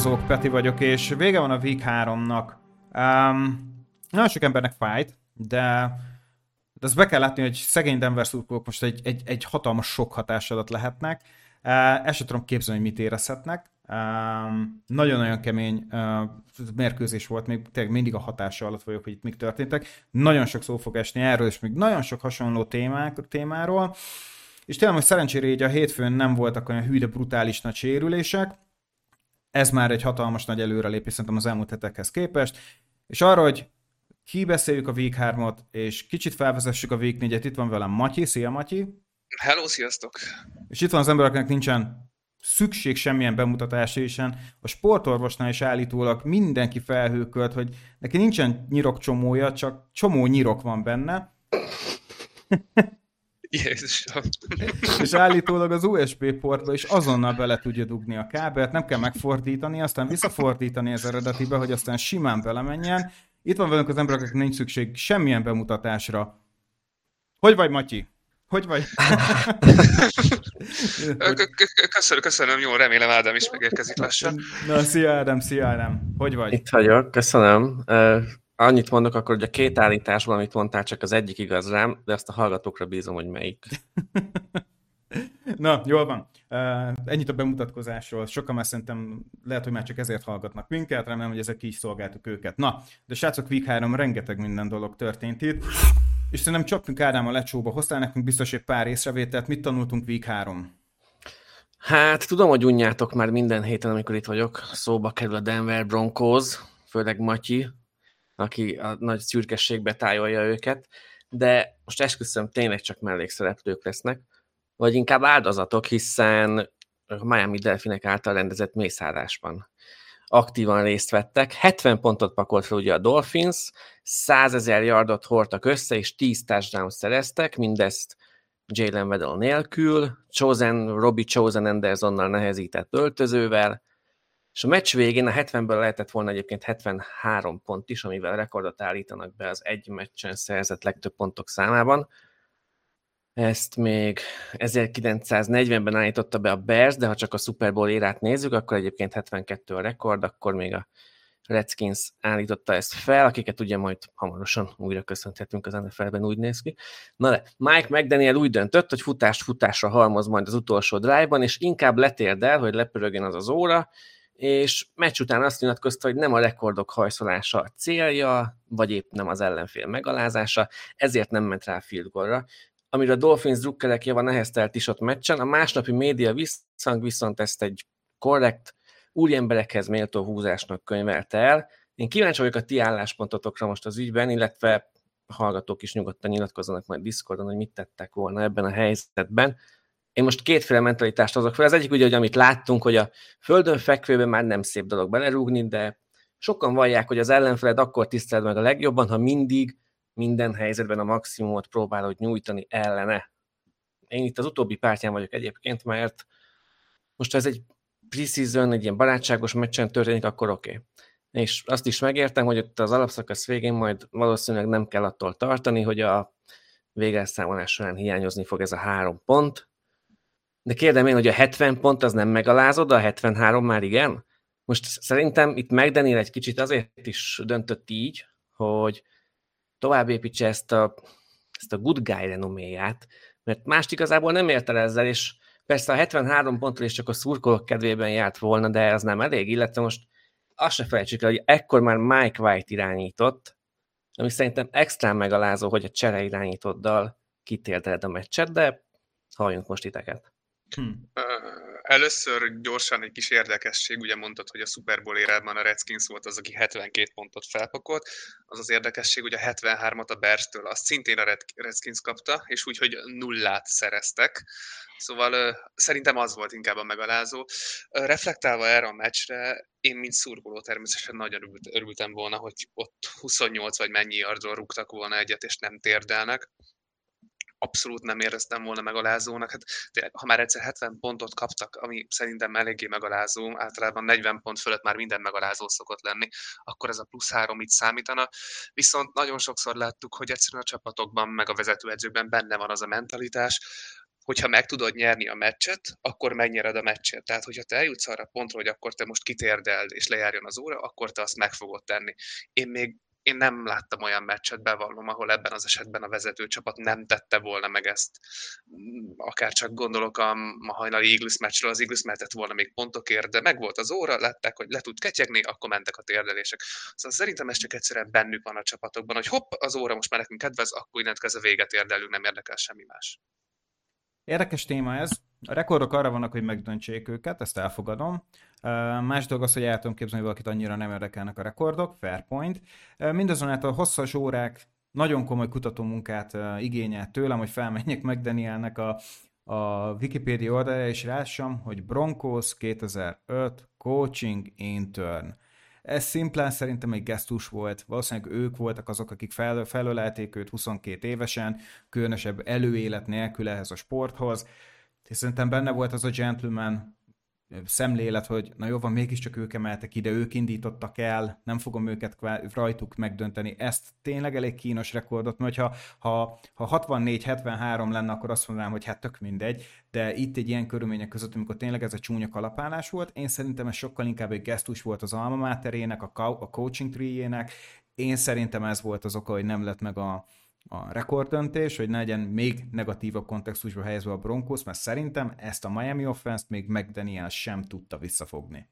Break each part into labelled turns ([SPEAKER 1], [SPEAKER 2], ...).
[SPEAKER 1] Zók Peti vagyok, és vége van a Week 3-nak. Nagyon sok embernek fájt, de azt be kell látni, hogy szegény Denver szurkolók most egy hatalmas sok hatás alatt lehetnek. Ezt sem tudom képzelni, hogy mit érezhetnek. Nagyon-nagyon kemény mérkőzés volt, még tényleg mindig a hatása alatt vagyok, hogy itt mik történtek. Nagyon sok szó fog esni erről, és még nagyon sok hasonló témáról. És tényleg most szerencsére így a hétfőn nem voltak olyan hű, de brutális nagy sérülések. Ez már egy hatalmas nagy előrelépés szerintem az elmúlt hetekhez képest. És arra, hogy kibeszéljük a Week 3-ot, és kicsit felvezessük a Week 4-et, itt van velem Matyi. Szia, Matyi!
[SPEAKER 2] Hello, sziasztok!
[SPEAKER 1] És itt van az ember, akinek nincsen szükség semmilyen bemutatásra, hiszen a sportorvosnál is állítólag mindenki felhőkölt, hogy neki nincsen nyirokcsomója, csak csomó nyirok van benne.
[SPEAKER 2] Jézusom!
[SPEAKER 1] És állítólag az USB portba is azonnal bele tudja dugni a kábelt, nem kell megfordítani, aztán visszafordítani az eredetibe, hogy aztán simán belemenjen. Itt van velünk az ember, akinek nincs szükség semmilyen bemutatásra. Hogy vagy, Matyi? Hogy vagy?
[SPEAKER 2] Köszönöm, jó, remélem Ádám is megérkezik lassan.
[SPEAKER 1] Na, szia Ádám. Hogy vagy?
[SPEAKER 3] Itt vagyok, köszönöm. Annyit mondok akkor, hogy a két állításban, amit mondtál, csak az egyik igaz rám, de azt a hallgatókra bízom, hogy melyik.
[SPEAKER 1] Na, jól van. Ennyit a bemutatkozásról. Sokan már szerintem lehet, hogy már csak ezért hallgatnak minket, remélem, hogy ezek ki is szolgáltuk őket. Na, de srácok, Week 3 rengeteg minden dolog történt itt. És szerintem csaptunk Ádám a lecsóba. Hoztál nekünk biztos egy pár észrevételt. Mit tanultunk Week 3?
[SPEAKER 3] Hát tudom, hogy unjátok már minden héten, amikor itt vagyok. Szóba kerül a Denver Broncos, főleg Matyi, aki a nagy szürkességbe tájolja őket, de most esküszöm, tényleg csak mellékszereplők lesznek, vagy inkább áldozatok, hiszen a Miami Delfinek által rendezett mészárlásban aktívan részt vettek. 70 pontot pakolt fel ugye a Dolphins, 100 000 yardot hordtak össze, és 10 touchdowns szereztek, mindezt Jalen Waddle nélkül, Robbie Chosen Andersonnal nehezített öltözővel, és a meccs végén a 70-ből lehetett volna egyébként 73 pont is, amivel rekordot állítanak be az egy meccsen szerzett legtöbb pontok számában. Ezt még 1940-ben állította be a Bears, de ha csak a Super Bowl érát nézzük, akkor egyébként 72 a rekord, akkor még a Redskins állította ezt fel, akiket ugye majd hamarosan újra köszönhetünk az NFL-ben, úgy néz ki. Na de Mike McDaniel úgy döntött, hogy futásra halmoz majd az utolsó drive-ban, és inkább letérdel, hogy lepörögjön az óra, és meccs után azt nyilatkozta, hogy nem a rekordok hajszolása a célja, vagy épp nem az ellenfél megalázása, ezért nem ment rá field goalra, amire a Dolphins drukkerek java neheztelt is ott meccsen. A másnapi média visszhang viszont ezt egy korrekt, úri emberekhez méltó húzásnak könyvelte el. Én kíváncsi vagyok a ti álláspontotokra most az ügyben, illetve a hallgatók is nyugodtan nyilatkozzanak majd Discordon, hogy mit tettek volna ebben a helyzetben. Én most kétféle mentalitást hozok fel. Az egyik ugye, hogy amit láttunk, hogy a földön fekvőben már nem szép dolog belerúgni, de sokan vallják, hogy az ellenfeled akkor tiszteled meg a legjobban, ha mindig, minden helyzetben a maximumot próbálod nyújtani ellene. Én itt az utóbbi pártján vagyok egyébként, mert most ez egy preseason, egy ilyen barátságos meccsen történik, akkor oké. És azt is megértem, hogy ott az alapszakasz végén majd valószínűleg nem kell attól tartani, hogy a végelszámolás során hiányozni fog ez a 3 pont. De kérdem én, hogy a 70 pont az nem megalázod, a 73 már igen? Most szerintem itt McDaniel egy kicsit azért is döntött így, hogy tovább építse ezt a good guy renoméját, mert mást igazából nem ért el ezzel, és persze a 73 pontról is csak a szurkolók kedvében járt volna, de az nem elég, illetve most azt se felejtsük el, hogy ekkor már Mike White irányított, ami szerintem extrán megalázó, hogy a csere irányítottdal kitérdeled a meccset, de halljunk most titeket.
[SPEAKER 2] Először gyorsan egy kis érdekesség, ugye mondtad, hogy a Super Bowl érában a Redskins volt az, aki 72 pontot felpakolt, az az érdekesség, hogy a 73-at a Bears-től azt szintén a Redskins kapta, és úgy, hogy 0 szereztek, szóval szerintem az volt inkább a megalázó. Reflektálva erre a meccsre, én mint szurkoló természetesen nagyon örültem volna, hogy ott 28 vagy mennyi yardról rúgtak volna egyet, és nem térdelnek. Abszolút nem éreztem volna megalázónak. Hát tényleg, ha már egyszer 70 pontot kaptak, ami szerintem eléggé megalázó, általában 40 pont fölött már minden megalázó szokott lenni, akkor ez a +3 itt számítana. Viszont nagyon sokszor láttuk, hogy egyszerűen a csapatokban, meg a vezetőedzőkben benne van az a mentalitás, hogyha meg tudod nyerni a meccset, akkor megnyered a meccset. Tehát, hogyha te eljutsz arra pontra, hogy akkor te most kitérdeld és lejárjon az óra, akkor te azt meg fogod tenni. Én nem láttam olyan meccset, bevallom, ahol ebben az esetben a vezetőcsapat nem tette volna meg ezt. Akár csak gondolok a ma hajnali Eagles meccsről, az Eagles mehetett volna még pontokért, de meg volt az óra, látták, hogy le tud ketyegni, akkor mentek a térdelések. Szóval szerintem ez csak egyszerűen bennük van a csapatokban, hogy hopp, az óra most már nekünk kedvez, akkor innent kezdve véget érdelünk, nem érdekel semmi más.
[SPEAKER 1] Érdekes téma ez. A rekordok arra vannak, hogy megdöntsék őket, ezt elfogadom. Más dolog az, hogy el tudom képzelni, hogy valakit annyira nem érdekelnek a rekordok, fair point. Mindazonáltal hosszas órák nagyon komoly kutatómunkát igényelt tőlem, hogy felmenjek meg Danielnek a Wikipedia oldalra, és lássam, hogy Broncos 2005 coaching intern. Ez szimplán szerintem egy gesztus volt. Valószínűleg ők voltak azok, akik felölelték őt 22 évesen, különösebb előélet nélkül ehhez a sporthoz. És szerintem benne volt az a gentleman szemlélet, hogy na jó van, mégiscsak ők emeltek ide, ők indítottak el, nem fogom őket rajtuk megdönteni. Ezt tényleg elég kínos rekordot, mert ha 64-73 lenne, akkor azt mondanám, hogy hát tök mindegy, de itt egy ilyen körülmények között, amikor tényleg ez a csúnya kalapálás volt, én szerintem ez sokkal inkább egy gesztus volt az alma materének, a coaching tree-jének. Én szerintem ez volt az oka, hogy nem lett meg a rekorddöntés, hogy ne legyen még negatívabb kontextusba helyezve a Broncos, mert szerintem ezt a Miami offense-t még McDaniel sem tudta visszafogni.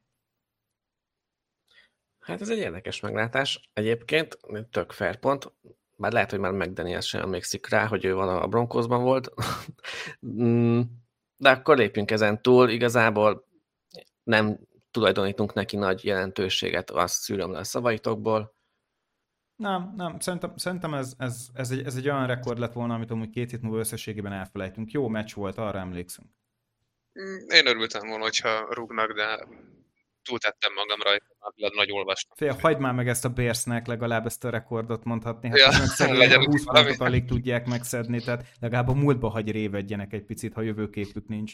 [SPEAKER 3] Hát ez egy érdekes meglátás. Egyébként tök fair pont, bár lehet, hogy már McDaniel sem emlékszik rá, hogy ő van a Broncosban volt. De akkor lépjünk ezen túl. Igazából nem tulajdonítunk neki nagy jelentőséget, azt szűröm le a szavaitokból.
[SPEAKER 1] Nem, szerintem ez egy olyan rekord lett volna, amit amúgy 2 hét múlva összességében elfelejtünk. Jó meccs volt, arra emlékszünk.
[SPEAKER 2] Én örültem volna, hogyha rúgnak, de túltettem magam rajta, már nagy olvastam.
[SPEAKER 1] Hagyd már meg ezt a Bearsnek legalább ezt a rekordot mondhatni. Hát
[SPEAKER 2] Ja,
[SPEAKER 1] meg szegény,
[SPEAKER 2] legyen
[SPEAKER 1] a 20
[SPEAKER 2] valami.
[SPEAKER 1] pontot alig tudják megszedni, tehát legalább a múltba hagy révedjenek egy picit, ha jövőképük nincs.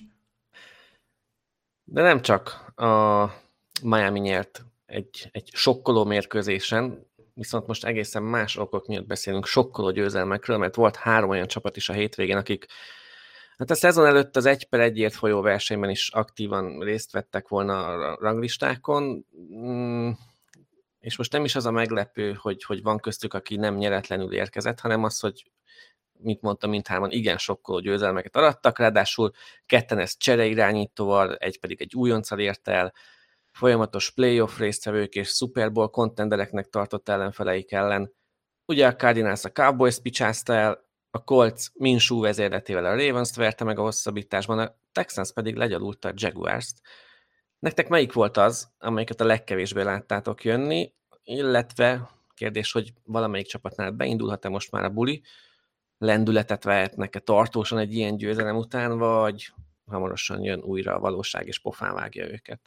[SPEAKER 3] De nem csak a Miami nyert egy sokkoló mérkőzésen, viszont most egészen más okok miatt beszélünk sokkoló győzelmekről, mert volt 3 olyan csapat is a hétvégén, akik hát a szezon előtt az 1-1 folyó versenyben is aktívan részt vettek volna a ranglistákon, és most nem is az a meglepő, hogy van köztük, aki nem nyeretlenül érkezett, hanem az, hogy mint mondtam, mindhárman igen sokkoló győzelmeket arattak, ráadásul 2 ezt csereirányítóval, egy pedig egy újonccal ért el, folyamatos playoff résztvevők és Super Bowl contendereknek tartott ellenfeleik ellen. Ugye a Cardinals a Cowboys picsázta el, a Colts Minshew vezérletével a Ravens-t verte meg a hosszabbításban, a Texans pedig legyalulta a Jaguars-t. Nektek melyik volt az, amelyiket a legkevésbé láttátok jönni, illetve kérdés, hogy valamelyik csapatnál beindulhat-e most már a buli, lendületet vehetnek-e tartósan egy ilyen győzelem után, vagy hamarosan jön újra a valóság és pofán vágja őket?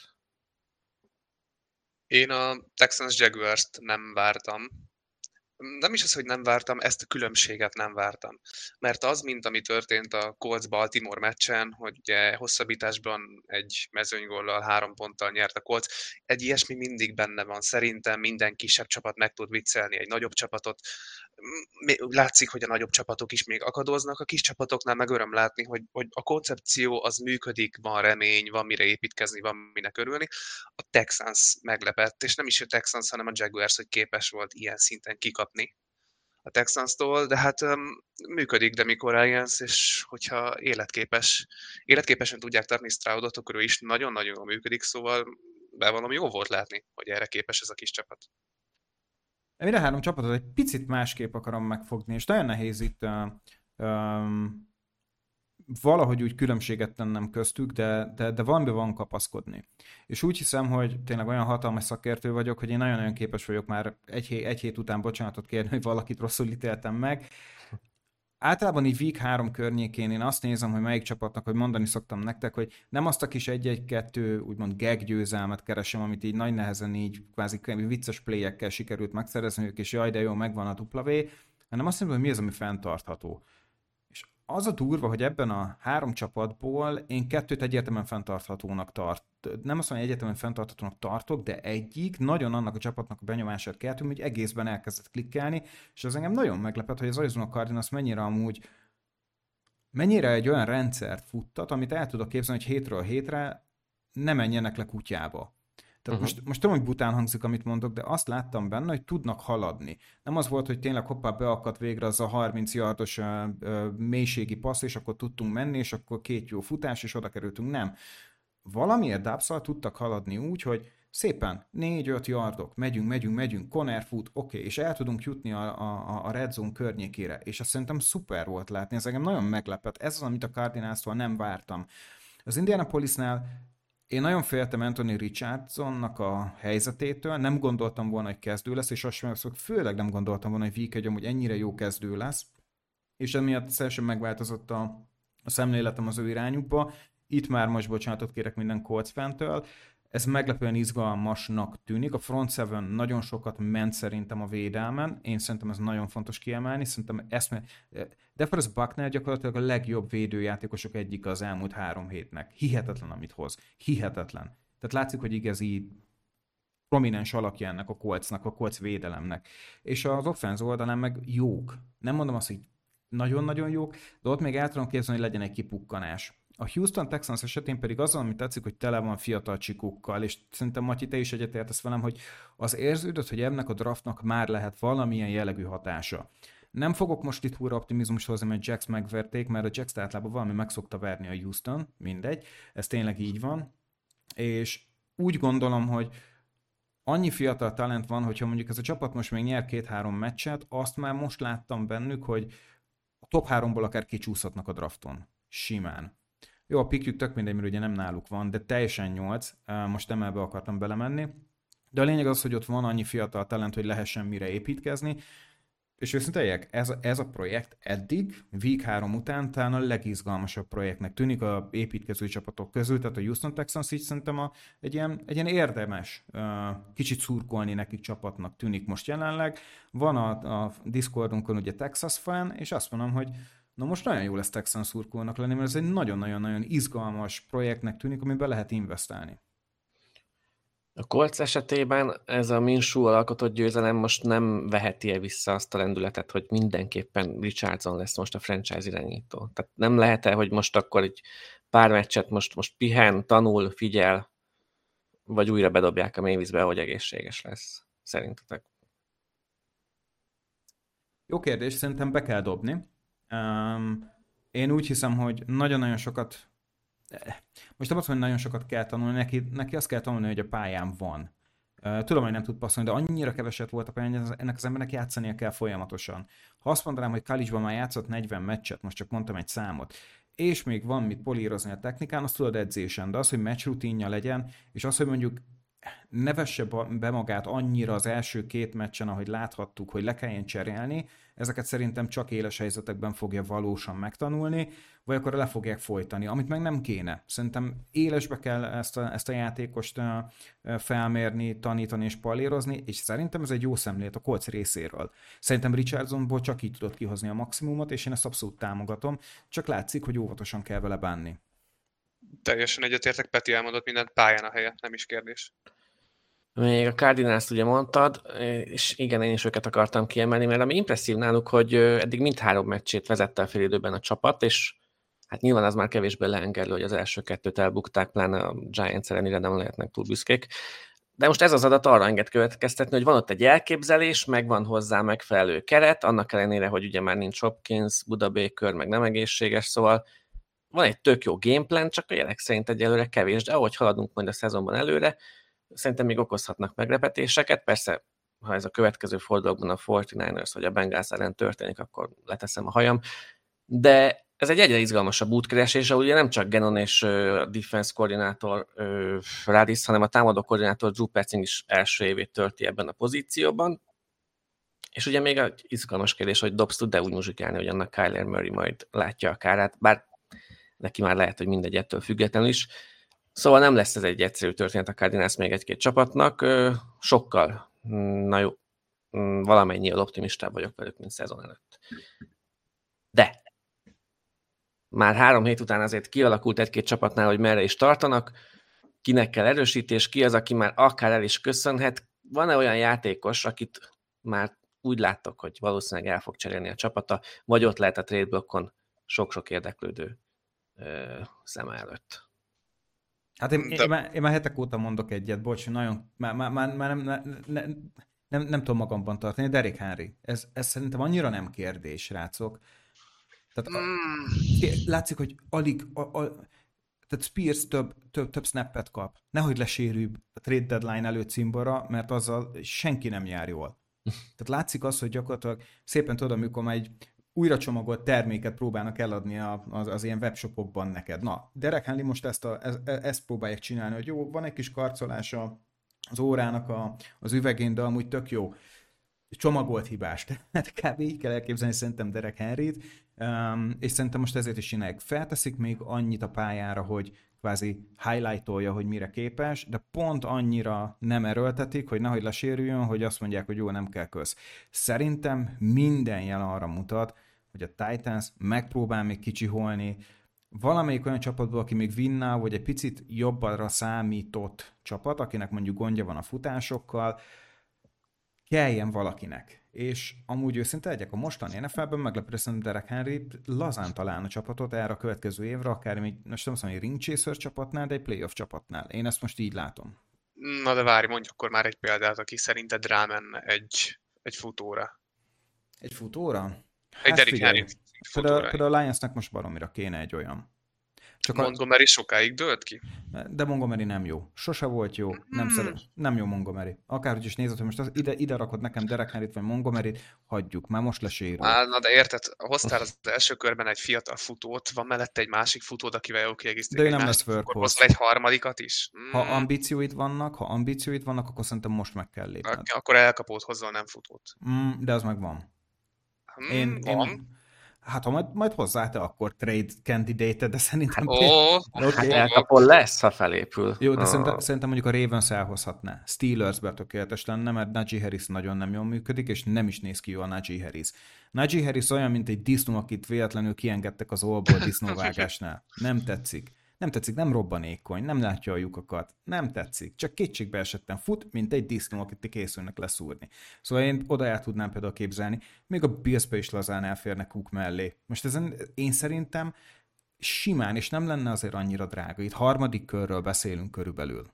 [SPEAKER 2] Én a Texans Jaguars-t nem vártam. Nem is az, hogy nem vártam, ezt a különbséget nem vártam. Mert az, mint ami történt a Colts-Baltimore meccsen, hogy ugye hosszabbításban egy mezőnygóllal 3 ponttal nyert a Colts, egy ilyesmi mindig benne van. Szerintem minden kisebb csapat meg tud viccelni egy nagyobb csapatot. Látszik, hogy a nagyobb csapatok is még akadoznak, a kis csapatoknál meg öröm látni, hogy a koncepció az működik, van remény, van mire építkezni, van minek örülni. A Texans meglepett, és nem is a Texans, hanem a Jaguars, hogy képes volt ilyen szinten kikapni a Texans-tól, de hát működik Demico Ryans, és hogyha életképesen tudják tartani Stroudot, akkor ő is nagyon-nagyon jól működik, szóval bevallom, jó volt látni, hogy erre képes ez a kis csapat.
[SPEAKER 1] Mind a 3 csapatot egy picit másképp akarom megfogni, és nagyon nehéz itt valahogy úgy különbséget tennem köztük, de valamiben van kapaszkodni. És úgy hiszem, hogy tényleg olyan hatalmas szakértő vagyok, hogy én nagyon-nagyon képes vagyok már egy hét után bocsánatot kérni, hogy valakit rosszul ítéltem meg. Általában így week 3 környékén én azt nézem, hogy melyik csapatnak, hogy mondani szoktam nektek, hogy nem azt a kis 1-1-2 úgymond gag győzelmet keresem, amit így nagy nehezen így kvázi vicces playekkel sikerült megszerezni, és jaj, de jó, megvan a W, hanem azt mondom, hogy mi az, ami fenntartható. És az a durva, hogy ebben a 3 csapatból én 2-t egyértelműen fenntarthatónak nem azt mondom, hogy egyértelműen fenntarthatónak tartok, de egyik nagyon annak a csapatnak a benyomását keltő, hogy egészben elkezdett klikkelni, és az engem nagyon meglepett, hogy az Arizona Cardinals mennyire amúgy mennyire egy olyan rendszert futtat, amit el tudok képzelni, hogy hétről hétre ne menjenek le kutyába. Tehát most tudom, hogy bután hangzik, amit mondok, de azt láttam benne, hogy tudnak haladni. Nem az volt, hogy tényleg hoppá beakadt végre az a 30 yardos mélységi passz, és akkor tudtunk menni, és akkor 2 jó futás, és oda kerültünk. Nem. Valamiért Dubs-szal tudtak haladni úgy, hogy szépen 4-5 yardok, megyünk, Conner fut, oké, és el tudunk jutni a red zone környékére, és azt szerintem szuper volt látni, ez engem nagyon meglepett, ez az, amit a Cardinals-tól nem vártam. Az Indianapolisnál én nagyon féltem Anthony Richardsonnak a helyzetétől, nem gondoltam volna, hogy kezdő lesz, és azt mondom, főleg nem gondoltam volna, hogy Week hogy ennyire jó kezdő lesz, és emiatt teljesen megváltozott a szemléletem az ő irányukba. Itt már most bocsánatot kérek minden Colts fantől. Ez meglepően izgalmasnak tűnik. A front seven nagyon sokat ment szerintem a védelmen. Én szerintem ez nagyon fontos kiemelni. Szerintem DeForest Buckner gyakorlatilag a legjobb védőjátékosok egyik az elmúlt 3 hétnek. Hihetetlen, amit hoz. Hihetetlen. Tehát látszik, hogy igazi prominens alakja ennek a Coltsnak, a Colts védelemnek. És az offense oldalán meg jók. Nem mondom azt, hogy nagyon-nagyon jók, de ott még el tudom képzelni, hogy legyen egy kipukkanás. A Houston Texans esetén pedig az, ami tetszik, hogy tele van fiatal csikukkal, és szerintem Matyi, te is egyetértesz velem, hogy az érződött, hogy ennek a draftnak már lehet valamilyen jellegű hatása. Nem fogok most itt újra optimizmust hozni, mert Jacks megverték, mert a Jacks általában valami meg szokta verni a Houston, mindegy, ez tényleg így van, és úgy gondolom, hogy annyi fiatal talent van, hogyha mondjuk ez a csapat most még nyer 2-3 meccset, azt már most láttam bennük, hogy a top 3-ból akár kicsúszhatnak a drafton. Simán. Jó, a pikjük tök mindegy, mert ugye nem náluk van, de teljesen 8, most nem ebbe akartam belemenni. De a lényeg az, hogy ott van annyi fiatal talent, hogy lehessen mire építkezni, és őszintén ez a projekt eddig, Week 3 után talán a legizgalmasabb projektnek tűnik a építkező csapatok közül, tehát a Houston Texans így szerintem egy ilyen érdemes, kicsit szurkolni nekik csapatnak tűnik most jelenleg. Van a Discordunkon ugye Texas fan, és azt mondom, hogy na most nagyon jó lesz Texans szurkolónak lenni, mert ez egy nagyon-nagyon-nagyon izgalmas projektnek tűnik, amiben lehet investálni.
[SPEAKER 3] A Colts esetében ez a Minshew alkotott győzelem most nem veheti vissza azt a lendületet, hogy mindenképpen Richardson lesz most a franchise irányító. Tehát nem lehet-e, hogy most akkor egy pár meccset most pihen, tanul, figyel, vagy újra bedobják a mélyvízbe, hogy egészséges lesz, szerintetek?
[SPEAKER 1] Jó kérdés, szerintem be kell dobni. Én úgy hiszem, hogy nagyon-nagyon sokat most nem azt mondom, hogy nagyon sokat kell tanulni, neki azt kell tanulni, hogy a pályán van. Tudom, hogy nem tud passzolni, de annyira keveset volt a pályán, ennek az embernek játszania kell folyamatosan. Ha azt mondanám, hogy college-ban már játszott 40 meccset, most csak mondtam egy számot, és még van mit polírozni a technikán, azt tudod edzésen, de az, hogy meccs rutinja legyen, és az, hogy mondjuk ne vesse be magát annyira az első 2 meccsen, ahogy láthattuk, hogy le kelljen cserélni, ezeket szerintem csak éles helyzetekben fogja valósan megtanulni, vagy akkor le fogják folytani, amit meg nem kéne. Szerintem élesbe kell ezt a játékost felmérni, tanítani és pallérozni, és szerintem ez egy jó szemlélet a Colts részéről. Szerintem Richardsonból csak így tudott kihozni a maximumot, és én ezt abszolút támogatom, csak látszik, hogy óvatosan kell vele bánni.
[SPEAKER 2] Teljesen egyetértek, Peti elmondott mindent, pályán a helye, nem is kérdés.
[SPEAKER 3] Még a Cardinals-t ugye mondtad, és igen, én is őket akartam kiemelni, mert ami impresszív náluk, hogy eddig mindhárom meccsét vezette a félidőben a csapat, és hát nyilván az már kevésbé leengerlő, hogy az első 2-t elbukták, pláne a Giants ellenére nem lehetnek túl büszkék. De most ez az adat arra enged következtetni, hogy van ott egy elképzelés, meg van hozzá megfelelő keret, annak ellenére, hogy ugye már nincs Hopkins, Buda Baker, meg nem egészséges, szóval van egy tök jó gameplan, csak a jelek szerint egyelőre kevés, de ahogy haladunk majd a szezonban előre, szerintem még okozhatnak meglepetéseket. Persze, ha ez a következő fordulóban a 49ers vagy a Bengals ellen történik, akkor leteszem a hajam. De ez egy egyre izgalmasabb útkeresés, ahol ugye nem csak Gannon és a defense koordinátor Radis, hanem a támadó koordinátor Drew Petzing is első évét tölti ebben a pozícióban. És ugye még egy izgalmas kérdés, hogy Dobbs tud-e úgy muzsikálni, hogy annak Kyler Murray majd látja a kárát, bár neki már lehet, hogy mindegy ettől függetlenül is. Szóval nem lesz ez egy egyszerű történet a Cardinals még egy-két csapatnak. Sokkal, na jó, valamennyivel optimistább vagyok velük, mint szezon előtt. De már 3 hét után azért kialakult egy-két csapatnál, hogy merre is tartanak, kinek kell erősítés, ki az, aki már akár el is köszönhet. Van-e olyan játékos, akit már úgy láttok, hogy valószínűleg el fog cserélni a csapata, vagy ott lehet a trade blockon sok-sok érdeklődő szem előtt.
[SPEAKER 1] Hát én már hetek óta mondok egyet, bocs, nagyon, már nem tudom magamban tartani. Derrick Henry, ez szerintem annyira nem kérdés, srácok. Tehát látszik, hogy tehát Spears több snappet kap. Nehogy lesérül a trade deadline előtt címbora, mert azzal senki nem jár jól. Tehát látszik az, hogy gyakorlatilag szépen tudod, amikor már egy újra csomagolt terméket próbálnak eladni az ilyen webshopokban neked. Na, Derek Henry most ezt próbálják csinálni, hogy jó, van egy kis karcolása az órának az üvegén, de amúgy tök jó. Csomagolt hibás. Tehát kb. Így kell elképzelni szerintem Derek Henryt, és szerintem most ezért is csinálják. Felteszik még annyit a pályára, hogy kvázi highlightolja, hogy mire képes, de pont annyira nem erőltetik, hogy nehogy lesérüljön, hogy azt mondják, hogy jó, nem kell köz. Szerintem minden jel arra mutat, hogy a Titans megpróbál még kicsiholni valamelyik olyan csapatból, aki még vinná, vagy egy picit jobbra számított csapat, akinek mondjuk gondja van a futásokkal, kelljen valakinek. És amúgy őszinte legyek, a mostani NFL-ben meglepő szerintem Derek Henry lazán találna csapatot erre a következő évre, akár még, most nem mondom, egy ring chaser csapatnál, de egy playoff csapatnál. Én ezt most így látom.
[SPEAKER 2] Na de várj, mondj akkor már egy példát, aki szerinted rámenne egy futóra.
[SPEAKER 1] Egy futóra?
[SPEAKER 2] Egy Derrick Henry futóra.
[SPEAKER 1] Például a Lionsnak most baromira kéne egy olyan.
[SPEAKER 2] Csak Montgomery sokáig dőlt ki?
[SPEAKER 1] De Montgomery nem jó. Sose volt jó. Nem jó Montgomery. Akárhogy is nézed, hogy most ide rakod nekem Derek Henryt vagy Montgomeryt, hagyjuk. Már most lesérül.
[SPEAKER 2] Na de érted, hoztál az első körben egy fiatal futót, van mellette egy másik futód, akivel jó kiegészítik.
[SPEAKER 1] De ő nem lesz workhorse.
[SPEAKER 2] Egy harmadikat is.
[SPEAKER 1] Ha ambícióid vannak, akkor szerintem most meg kell lépned.
[SPEAKER 2] Akkor elkapót hozzal, nem futót.
[SPEAKER 1] De az megvan. Hát ha majd hozzá te akkor trade candidate, de szerintem...
[SPEAKER 3] Hát elkapol lesz, ha felépül.
[SPEAKER 1] Jó, de szerintem mondjuk a Ravens elhozhatná. Steelersbe tökéletes lenne, mert Najee Harris nagyon nem jól működik, és nem is néz ki jó a Najee Harris. Najee Harris olyan, mint egy disznó, akit véletlenül kiengedtek az olból disznóvágásnál. Nem tetszik. Nem robbanékony, nem látja a lyukakat, nem tetszik, csak kétségbe esetten fut, mint egy disznó, akit készülnek leszúrni. Szóval én oda el tudnám például képzelni, még a Billsbe is lazán elférnek Cook mellé. Most ezen én szerintem simán, és nem lenne azért annyira drága. Itt harmadik körről beszélünk körülbelül.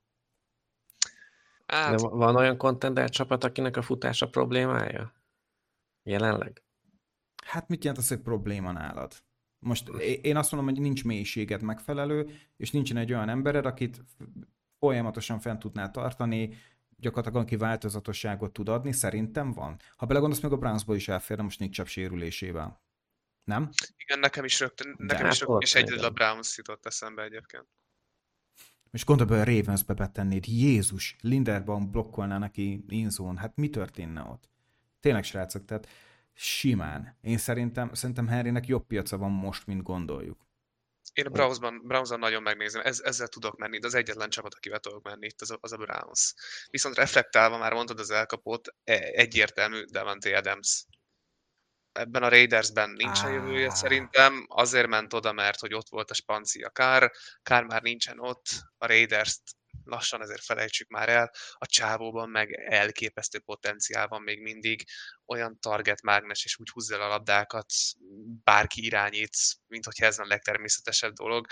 [SPEAKER 3] De van olyan contender csapat, akinek a futása problémája? Jelenleg?
[SPEAKER 1] Hát mit jelent az, hogy probléma nálad? Most én azt mondom, hogy nincs mélységed megfelelő, és nincsen egy olyan embered, akit folyamatosan fent tudnál tartani, gyakorlatilag aki változatosságot tud adni, szerintem van. Ha belegondolsz, még a Brownsból is elférne most Nick Chubb sérülésével. Nem?
[SPEAKER 2] Igen, nekem is rögtön és egyedül a Browns jutott eszembe egyébként.
[SPEAKER 1] És gondolj be, a Ravensbe betennéd, Jézus, Linderbaum blokkolná neki in-zone, hát mi történne ott? Tényleg, srácok, tehát simán. Én szerintem Henrynek jobb piaca van most, mint gondoljuk.
[SPEAKER 2] Én a Browns-on nagyon megnézem, ezzel tudok menni, de az egyetlen csapat, akivel tudok menni itt, az a Browns. Viszont reflektálva már mondtad az elkapót, egyértelmű Davante Adams. Ebben a Raidersben nincsen jövője szerintem, azért ment oda, mert hogy ott volt a spancia Kár már nincsen ott, a Raiders-t lassan ezért felejtsük már el, a csávóban meg elképesztő potenciál van még mindig, olyan target mágnes, és úgy húzza el a labdákat, bárki irányít, mint hogyha ez a legtermészetesebb dolog.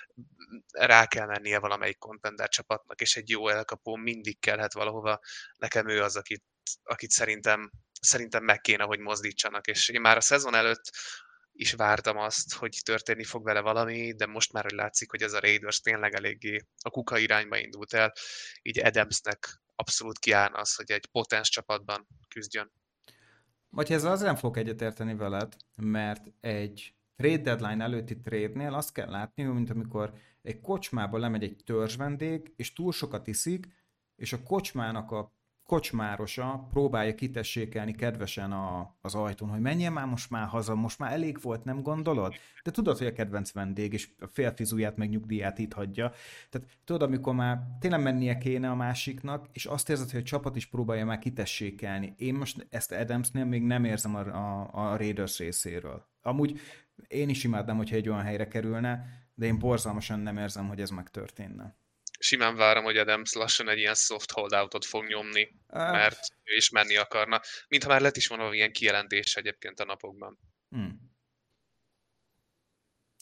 [SPEAKER 2] Rá kell mennie valamelyik contender csapatnak, és egy jó elkapó mindig kellhet valahova. Nekem ő az, akit szerintem meg kéne, hogy mozdítsanak, és én már a szezon előtt is vártam azt, hogy történni fog vele valami, de most már látszik, hogy ez a Raiders tényleg eléggé a kuka irányba indult el, így Adamsnek abszolút kiállna az, hogy egy potens csapatban küzdjön.
[SPEAKER 1] Vagy ezzel azért nem fogok egyetérteni veled, mert egy trade deadline előtti trade-nél azt kell látni, mint amikor egy kocsmába lemegy egy törzsvendég, és túl sokat iszik, és a kocsmának a kocsmárosa próbálja kitessékelni kedvesen az ajtón, hogy menjen már haza, most már elég volt, nem gondolod? De tudod, hogy a kedvenc vendég, és a félfizuját meg nyugdíját itt hagyja. Tehát tudod, amikor már tényleg mennie kéne a másiknak, és azt érzed, hogy a csapat is próbálja már kitessékelni. Én most ezt Adamsnél még nem érzem a Raiders részéről. Amúgy én is imádnám, hogyha egy olyan helyre kerülne, de én borzalmasan nem érzem, hogy ez megtörténne.
[SPEAKER 2] Simán várom, hogy Adams lassan egy ilyen soft holdoutot fog nyomni, mert ő is menni akarna. Mintha már lett is volna ilyen kijelentés egyébként a napokban.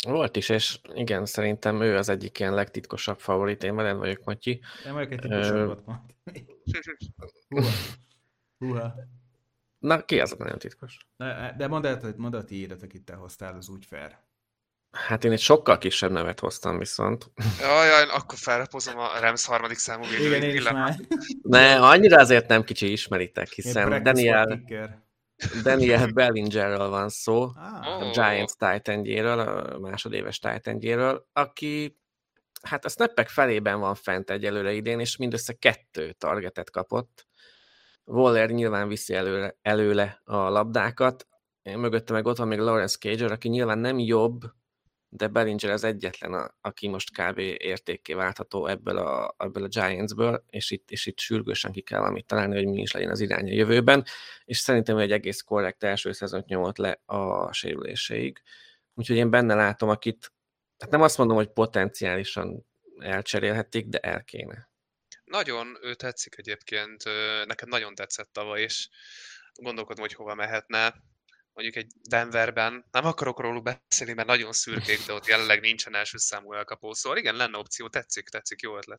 [SPEAKER 3] Volt is, és igen, szerintem ő az egyik ilyen legtitkosabb favorit. Én veled vagyok, Matyi.
[SPEAKER 1] Én vagyok egy titkosabbat mondani. Húha. Húha.
[SPEAKER 3] Na, ki az a nagyon titkos?
[SPEAKER 1] De mondd el, a tiédet, akit te hoztál, az úgy fair.
[SPEAKER 3] Hát én egy sokkal kisebb nevet hoztam viszont.
[SPEAKER 2] Jaj, akkor felrapozom a Rams harmadik számú
[SPEAKER 1] Igen,
[SPEAKER 2] védőit.
[SPEAKER 1] én is már.
[SPEAKER 3] Ne, annyira azért nem kicsi, ismeritek,
[SPEAKER 1] Ilyen
[SPEAKER 3] hiszen
[SPEAKER 1] practice squad kicker.
[SPEAKER 3] Daniel Bellingerről van szó,
[SPEAKER 1] Ah,
[SPEAKER 3] a Giants tight-endjéről, a másodéves tight-endjéről, aki hát a snappek felében van fent egyelőre idén, és mindössze 2 targetet kapott. Waller nyilván viszi előle a labdákat, mögötte meg ott van még Lawrence Cager, aki nyilván nem jobb, de Bellinger az egyetlen, aki most kb. Értékké váltható ebből a Giantsből, és itt sürgősen ki kell valamit találni, hogy mi is legyen az irány a jövőben, és szerintem egy egész korrekt első szezont nyomott le a sérüléseig. Úgyhogy én benne látom, akit, hát nem azt mondom, hogy potenciálisan elcserélhetik, de el kéne.
[SPEAKER 2] Nagyon ő tetszik egyébként, nekem nagyon tetszett tavaly, és gondolkodom, hogy hova mehetne. Mondjuk egy Denverben, nem akarok róluk beszélni, mert nagyon szürkék, de ott jelenleg nincsen első számú elkapó, szóval igen, lenne opció, tetszik, jó ötlet.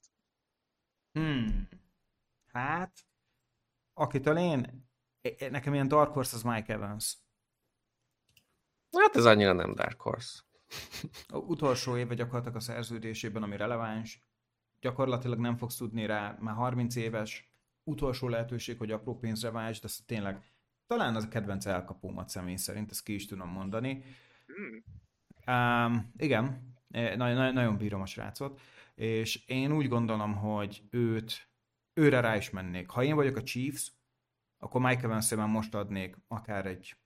[SPEAKER 1] Hát, akitől nekem ilyen Dark Horse az Mike Evans.
[SPEAKER 3] Hát ez annyira nem Dark Horse.
[SPEAKER 1] A utolsó éve gyakorlatilag a szerződésében, ami releváns, gyakorlatilag nem fogsz tudni rá, már 30 éves, utolsó lehetőség, hogy apró pénzre válts, de tényleg talán az a kedvenc elkapómat személy szerint, ezt ki is tudom mondani. Igen, nagyon bírom a srácot, és én úgy gondolom, hogy őre rá is mennék. Ha én vagyok a Chiefs, akkor Mike Evans-ben most adnék akár egy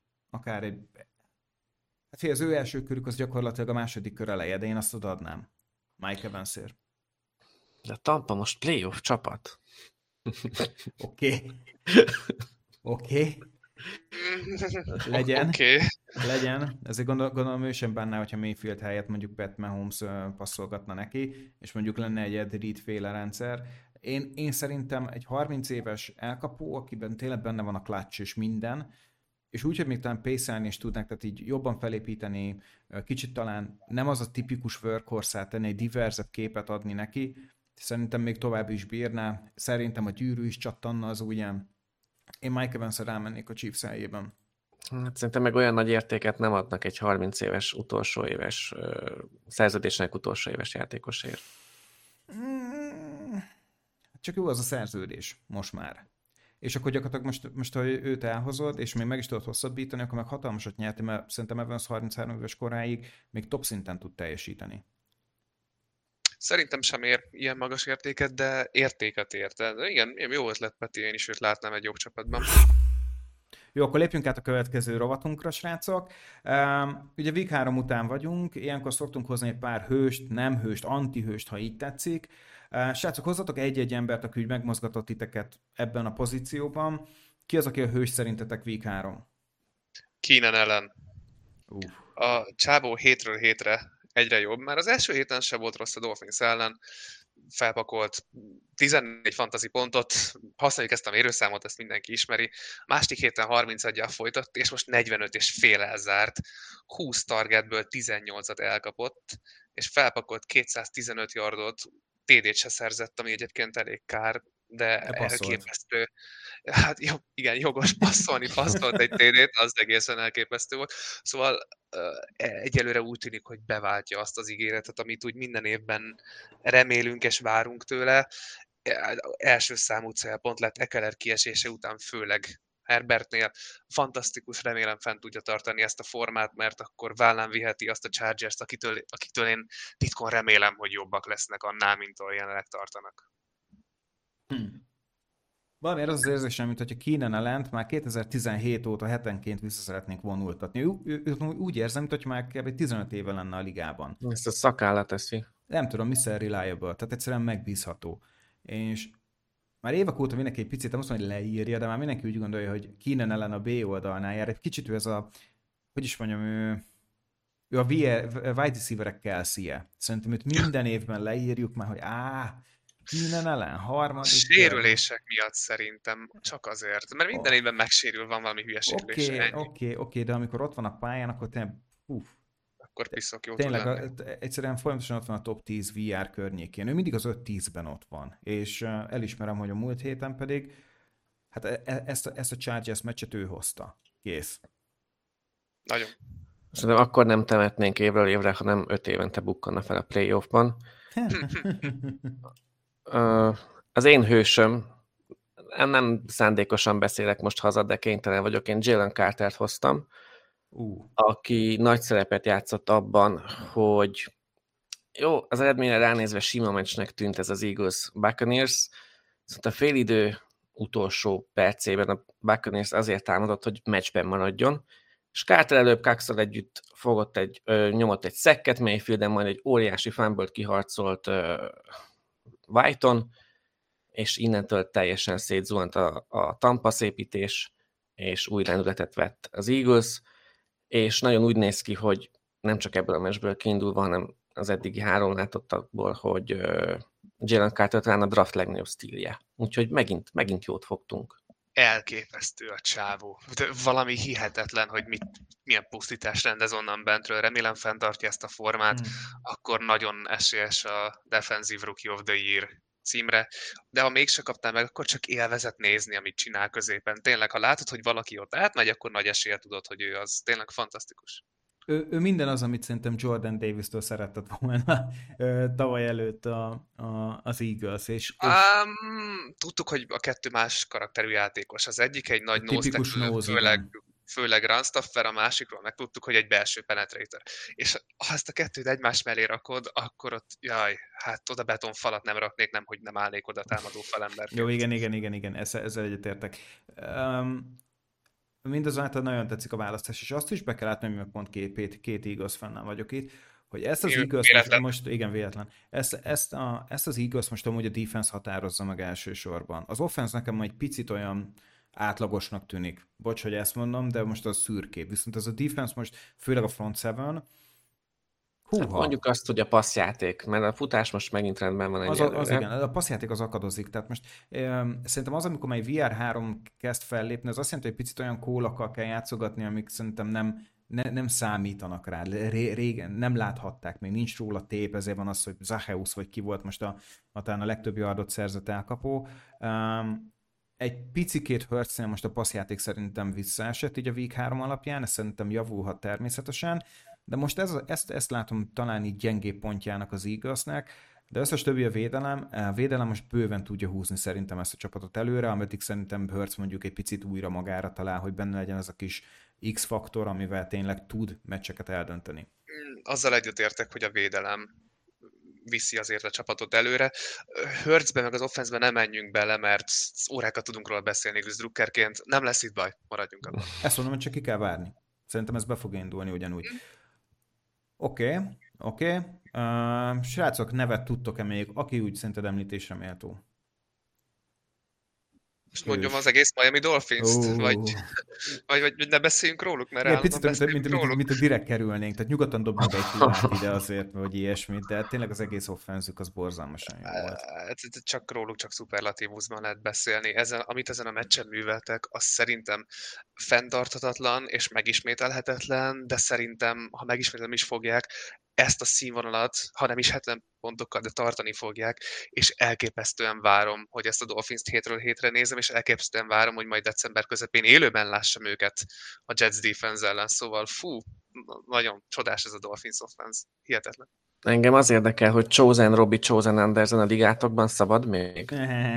[SPEAKER 1] hát az ő első körük az gyakorlatilag a második kör eleje, de én azt odaadnám Mike Evansért.
[SPEAKER 3] De Tampa most playoff csapat.
[SPEAKER 1] Oké. Legyen.
[SPEAKER 2] Okay.
[SPEAKER 1] Legyen. Ezért gondolom ő sem benne, hogyha Mayfield helyett mondjuk Pat Mahomes passzolgatna neki, és mondjuk lenne egy Ed Reed féle rendszer. Én szerintem egy 30 éves elkapó, akiben tényleg benne van a clutch és minden, és úgy, hogy még talán pace-elni is tudnak, tehát így jobban felépíteni, kicsit talán nem az a tipikus workhorse-át tenni, egy diverzebb képet adni neki, szerintem még tovább is bírná, szerintem a gyűrű is csattanna az ujján. Én Mike Evans-ra rámennék a Chiefs helyében.
[SPEAKER 3] Hát szerintem meg olyan nagy értéket nem adnak egy 30 éves utolsó éves szerződésnek utolsó éves játékosért.
[SPEAKER 1] Csak jó az a szerződés most már. És akkor gyakorlatilag most ha őt elhozod, és még meg is tudod hosszabbítani, akkor meg hatalmasat nyerti, mert szerintem Evans 33 éves koráig még top szinten tud teljesíteni.
[SPEAKER 2] Szerintem sem ér ilyen magas értéket, de értéket ér. De igen, jó ötlet, Peti, én is őt látnám egy jobb csapatban.
[SPEAKER 1] Jó, akkor lépjünk át a következő rovatunkra, srácok. Ugye Week 3 után vagyunk, ilyenkor szoktunk hozni egy pár hőst, nem hőst, antihőst, ha így tetszik. Srácok, hozzatok egy-egy embert, aki úgy megmozgatott titeket ebben a pozícióban. Ki az, aki a hős szerintetek Week 3?
[SPEAKER 2] Keenan Allen. A csávó hétről hétre egyre jobb, mert az első héten sem volt rossz a Dolphins ellen, felpakolt 14 fantasy pontot, használjuk ezt a mérőszámot, ezt mindenki ismeri, második héten 31-jel folytatott, és most 45 és fél elzárt, 20 targetből 18-at elkapott, és felpakolt 215 yardot, TD-t se szerzett, ami egyébként elég kár, de elképesztő. Hát jó, igen, jogos passzolt egy TD-t, az egészen elképesztő volt. Szóval egyelőre úgy tűnik, hogy beváltja azt az ígéretet, amit úgy minden évben remélünk és várunk tőle. Első számú célpont lett Ekeler kiesése után, főleg Herbertnél. Fantasztikus, remélem fent tudja tartani ezt a formát, mert akkor vállán viheti azt a Chargers-t, akiktől én titkon remélem, hogy jobbak lesznek annál, mint ahol jelenleg tartanak.
[SPEAKER 1] Valamiért az érzésem, mint hogyha Keenan Allent már 2017 óta hetenként vissza szeretnénk vonultatni. Úgy érzem, mint hogy már kb. 15 éve lenne a ligában.
[SPEAKER 3] Ezt a szakállat teszi.
[SPEAKER 1] Nem tudom, Mr. Reliable, tehát egyszerűen megbízható. És már évek óta mindenki egy picit, nem azt mondom, hogy leírja, de már mindenki úgy gondolja, hogy Keenan Allen a B oldalnál jár. Egy kicsit ő ez a, hogy is mondjam, ő a wide receiverek Kelsey-je. Szerintem őt minden évben leírjuk már, hogy Keenan Allen, harmadik.
[SPEAKER 2] Sérülések miatt szerintem, csak azért. Mert minden évben megsérül, van valami hülye sérülése.
[SPEAKER 1] Oké, de amikor ott van a pályán, akkor tényleg
[SPEAKER 2] akkor piszok jó tud
[SPEAKER 1] Tényleg,
[SPEAKER 2] lenni.
[SPEAKER 1] egyszerűen folyamatosan ott van a top 10 VR környékén. Ő mindig az 5-10-ben ott van. És elismerem, hogy a múlt héten pedig hát ezt a Chargers meccset ő hozta. Kész.
[SPEAKER 2] Nagyon.
[SPEAKER 3] Szerintem akkor nem temetnénk évről évre, hanem 5 évente bukkanna fel a playoffban. Az én hősöm, nem szándékosan beszélek most haza, de kénytelen vagyok, én Jalen Cartert hoztam, aki nagy szerepet játszott abban, hogy jó, az eredményre ránézve sima meccsnek tűnt ez az Eagles Buccaneers, szóval a félidő utolsó percében a Buccaneers azért támadott, hogy meccsben maradjon, és Carter előbb Cox-szal együtt nyomott egy sacket Mayfielden, majd egy óriási fumble-t kiharcolt White-on, és innentől teljesen szétzuhant a Tampa építés, és új lendületet vett az Eagles, és nagyon úgy néz ki, hogy nem csak ebből a meccsből kiindulva, hanem az eddigi 3 látottakból, hogy Jalen Carter talán a draft legnagyobb stílje. Úgyhogy megint jót fogtunk.
[SPEAKER 2] Elképesztő a csávó. De valami hihetetlen, hogy milyen pusztítás rendez onnan bentről. Remélem fenntartja ezt a formát, akkor nagyon esélyes a Defensive Rookie of the Year címre, de ha mégse kaptál meg, akkor csak élvezet nézni, amit csinál középen. Tényleg, ha látod, hogy valaki ott átmegy, akkor nagy eséllyel tudod, hogy ő az tényleg fantasztikus.
[SPEAKER 1] Ő minden az, amit szerintem Jordan Davis-től szeretett volna tavaly előtt az Eagles. És
[SPEAKER 2] tudtuk, hogy a kettő más karakterű játékos. Az egyik egy nagy
[SPEAKER 1] tipikus
[SPEAKER 2] nose, főleg runstuffer, a másikról meg tudtuk, hogy egy belső penetrator. És ha ezt a kettőt egymás mellé rakod, akkor ott, hát oda betonfalat nem raknék, nem, hogy nem állnék oda támadó falemberként.
[SPEAKER 1] Jó, igen, ezzel egyetértek. Mindazonáltal nagyon tetszik a választás, és azt is be kell látni, hogy meg pont két Eagles fennel vagyok itt, hogy ezt az Eagles most igen, véletlen, ezt az Eagles most amúgy a defense határozza meg elsősorban. Az offense nekem egy picit olyan átlagosnak tűnik. Bocs, hogy ezt mondom, de most az szürkép. Viszont ez a defense most, főleg a front seven,
[SPEAKER 3] hát mondjuk azt, hogy a passzjáték, mert a futás most megint rendben van egyelőre.
[SPEAKER 1] Az igen, a passzjáték az akadozik. Tehát most szerintem az, amikor majd VR3 kezd fellépni, az azt jelenti, hogy picit olyan kólakkal kell játszogatni, amik szerintem nem számítanak rá. Régen nem láthatták, még nincs róla tép, ezért van az, hogy Zacheusz vagy ki volt most talán a legtöbb yardot szerzett elkapó. Egy picikét Hurtsnél most a passzjáték szerintem visszaesett így a Week 3 alapján, ez szerintem javulhat természetesen, de most ezt látom talán így gyengébb pontjának az Eaglesnek, de összes többi a védelem most bőven tudja húzni szerintem ezt a csapatot előre, ameddig szerintem Hurts mondjuk egy picit újra magára talál, hogy benne legyen az a kis X-faktor, amivel tényleg tud meccseket eldönteni.
[SPEAKER 2] Azzal egyetértek, hogy a védelem viszi azért a csapatot előre. Hurtsbe meg az offenszbe nem menjünk bele, mert órákat tudunk róla beszélni Druckerként. Nem lesz itt baj, maradjunk abban.
[SPEAKER 1] Ezt mondom, hogy csak ki kell várni. Szerintem ez be fog indulni ugyanúgy. Oké. Srácok, nevet tudtok-e még, aki úgy szerinted említésre méltó?
[SPEAKER 2] Most mondjam az egész Miami Dolphins-t? Vagy ne beszéljünk róluk, mert
[SPEAKER 1] egy picit, mint a direkt kerülnénk, tehát nyugodtan dobjuk egy pillanat ide azért, vagy ilyesmit, de tényleg az egész offenzük az borzalmasan jó volt.
[SPEAKER 2] Csak róluk, csak szuperlatívusban lehet beszélni. Amit ezen a meccsen műveltek, az szerintem fenntarthatatlan és megismételhetetlen, de szerintem, ha megismételni is fogják, ezt a színvonalat, ha nem is 70 pontokkal, de tartani fogják, és elképesztően várom, hogy ezt a Dolphins-t hétről hétre nézem, és elképesztően várom, hogy majd december közepén élőben lássam őket a Jets defense ellen, szóval nagyon csodás ez a Dolphins offense, hihetetlen.
[SPEAKER 3] Engem az érdekel, hogy Chosen Robbie, Chosen Anderson a ligátokban szabad még?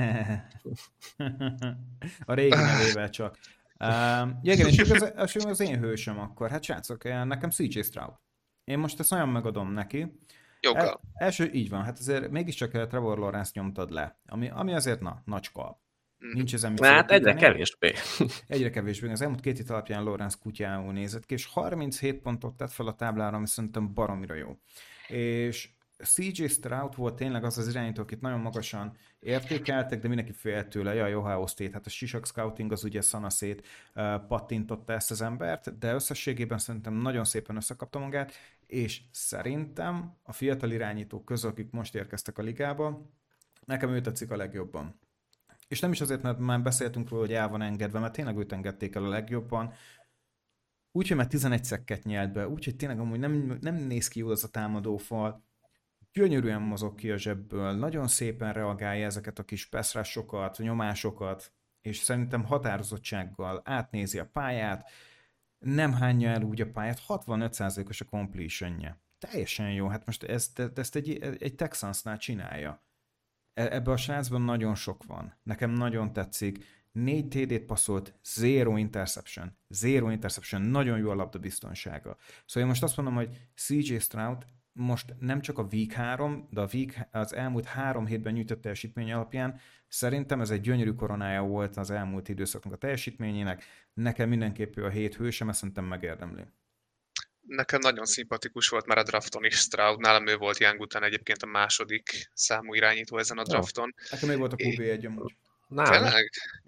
[SPEAKER 1] A régi nevével csak. Igen, és az én hősöm akkor. Hát srácok, nekem CJ Stroud. Én most ezt nagyon megadom neki.
[SPEAKER 2] Jókkal.
[SPEAKER 1] Első, így van, hát azért mégiscsak Trevor Lawrence nyomtad le, ami azért nincs kal. Nincs ezen mit
[SPEAKER 3] hát egyre kevésbé.
[SPEAKER 1] Egyre kevésbé. Az elmúlt 2 hét alapján Lawrence kutyául nézett ki, és 37 pontot tett fel a táblára, ami szerintem baromira jó. És CJ Stroud volt tényleg az irányító, akit nagyon magasan értékeltek, de mindenki félt tőle. Ohio State, hát a Sisak Scouting az ugye szanaszét pattintotta ezt az embert, de összességében szerintem nagyon szépen összekapta magát, és szerintem a fiatal irányítók közül, akik most érkeztek a ligába, nekem ő tetszik a legjobban. És nem is azért, mert már beszéltünk róla, hogy el van engedve, mert tényleg őt engedték el a legjobban. úgyhogy már 11 szekket nyelt be, úgyhogy tényleg amúgy nem néz ki jól az a támadófal, gyönyörűen mozog ki a zsebből, nagyon szépen reagálja ezeket a kis passzrásokat, nyomásokat, és szerintem határozottsággal átnézi a pályát, nem hányja el úgy a pályát, 65%-os a completionje. Teljesen jó, hát most ezt egy Texansnál csinálja. Ebben a srácban nagyon sok van. Nekem nagyon tetszik. 4 TD-t passzolt, 0 interception. 0 interception, nagyon jó a labdabiztonsága. Szóval én most azt mondom, hogy CJ Stroud most nem csak a Week 3, de az elmúlt 3 hétben nyújtott teljesítmény alapján szerintem ez egy gyönyörű koronája volt az elmúlt időszaknak a teljesítményének. Nekem mindenképp ő a hét hőse, mert szerintem megérdemli.
[SPEAKER 2] Nekem nagyon szimpatikus volt már a drafton is Stroud. Nálam ő volt Young után egyébként a második számú irányító ezen a drafton.
[SPEAKER 1] Nekem még volt a QB1 amúgy.
[SPEAKER 2] Tényleg?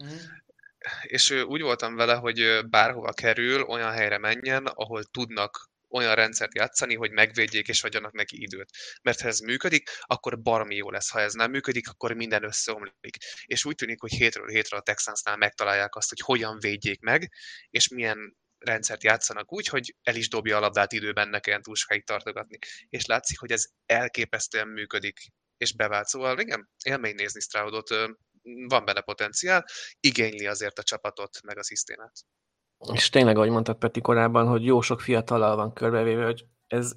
[SPEAKER 2] És úgy voltam vele, hogy bárhova kerül, olyan helyre menjen, ahol tudnak olyan rendszert játszani, hogy megvédjék és adjanak neki időt. Mert ha ez működik, akkor baromi jó lesz. Ha ez nem működik, akkor minden összeomlik. És úgy tűnik, hogy hétről hétre a Texansnál megtalálják azt, hogy hogyan védjék meg, és milyen rendszert játszanak úgy, hogy el is dobja a labdát időben, ne kelljen túl sokáig tartogatni. És látszik, hogy ez elképesztően működik, és bevált. Szóval igen, élmény nézni Stroudot, van benne potenciál, igényli azért a csapatot, meg a szisztémát.
[SPEAKER 3] És tényleg, ahogy mondtad Peti korábban, hogy jó sok fiatallal van körbevéve, hogy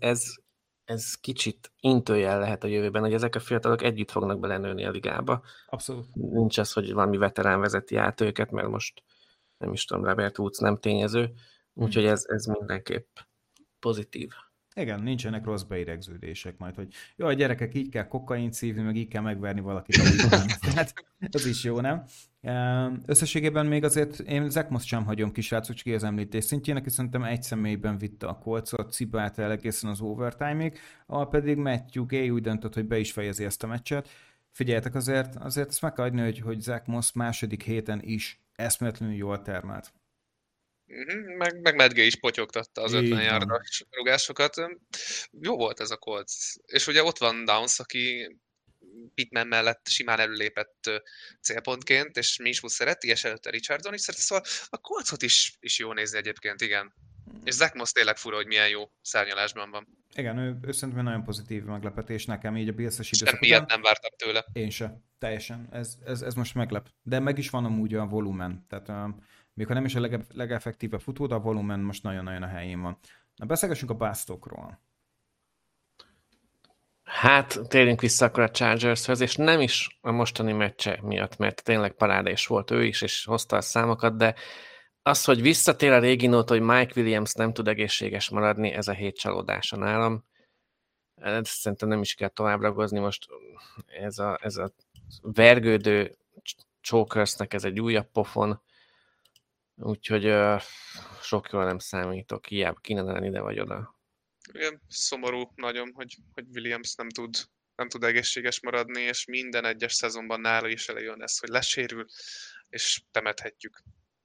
[SPEAKER 3] ez kicsit intőjel lehet a jövőben, hogy ezek a fiatalok együtt fognak belenőni a ligába.
[SPEAKER 1] Abszolút.
[SPEAKER 3] Nincs az, hogy valami veterán vezeti át őket, mert most nem is tudom, Robert Woods nem tényező, úgyhogy ez mindenképp pozitív.
[SPEAKER 1] Igen, nincsenek rossz beidegződések majd, hogy jó, a gyerekek, így kell kokaint szívni, meg így kell megverni valakit a után. Tehát ez is jó, nem? Összességében még azért én Zach Moss sem hagyom ki, srácok, csak az említés szintjének, és szerintem egy személyben vitte a Coltsot, cibált el egészen az overtime-ig, ahol pedig Matthew Gay úgy döntött, hogy be is fejezi ezt a meccset. Figyeljetek, azért ezt meg kell adni, hogy Zach Moss második héten is eszméletlenül jól termelt.
[SPEAKER 2] Meg Medgé is potyogtatta az 50 yardas rugásokat. Jó volt ez a Colts. És ugye ott van Downs, aki Pittman mellett simán előlépett célpontként, és Minshew szereti, és előtte Richardson is szereti, szóval a Coltsot is jó nézni egyébként, igen. És Zach Moss tényleg fura, hogy milyen jó szárnyalásban van.
[SPEAKER 1] Igen, ő szerintem nagyon pozitív meglepetés nekem, így a Bills-es időszak
[SPEAKER 2] után. Semmiért nem vártam tőle.
[SPEAKER 1] Én se, teljesen. Ez most meglep. De meg is van amúgy a volumen. Tehát még ha nem is a legeffektívebb futó, de a volumen most nagyon-nagyon a helyén van. Na, beszélgessünk a bustokról.
[SPEAKER 3] Hát, térjünk vissza akkor a Chargershez, és nem is a mostani meccse miatt, mert tényleg parádés volt ő is, és hozta a számokat, de az, hogy visszatér a régi nóta, hogy Mike Williams nem tud egészséges maradni, ez a hét csalódása nálam. Szerintem nem is kell tovább ragozni most. Ez a vergődő Chokersnek ez egy újabb pofon, úgyhogy sok jól nem számítok, hiába Keenan ide vagy oda.
[SPEAKER 2] Igen, szomorú nagyon, hogy Williams nem tud egészséges maradni, és minden egyes szezonban nála is előjön ez, hogy lesérül, és temethetjük.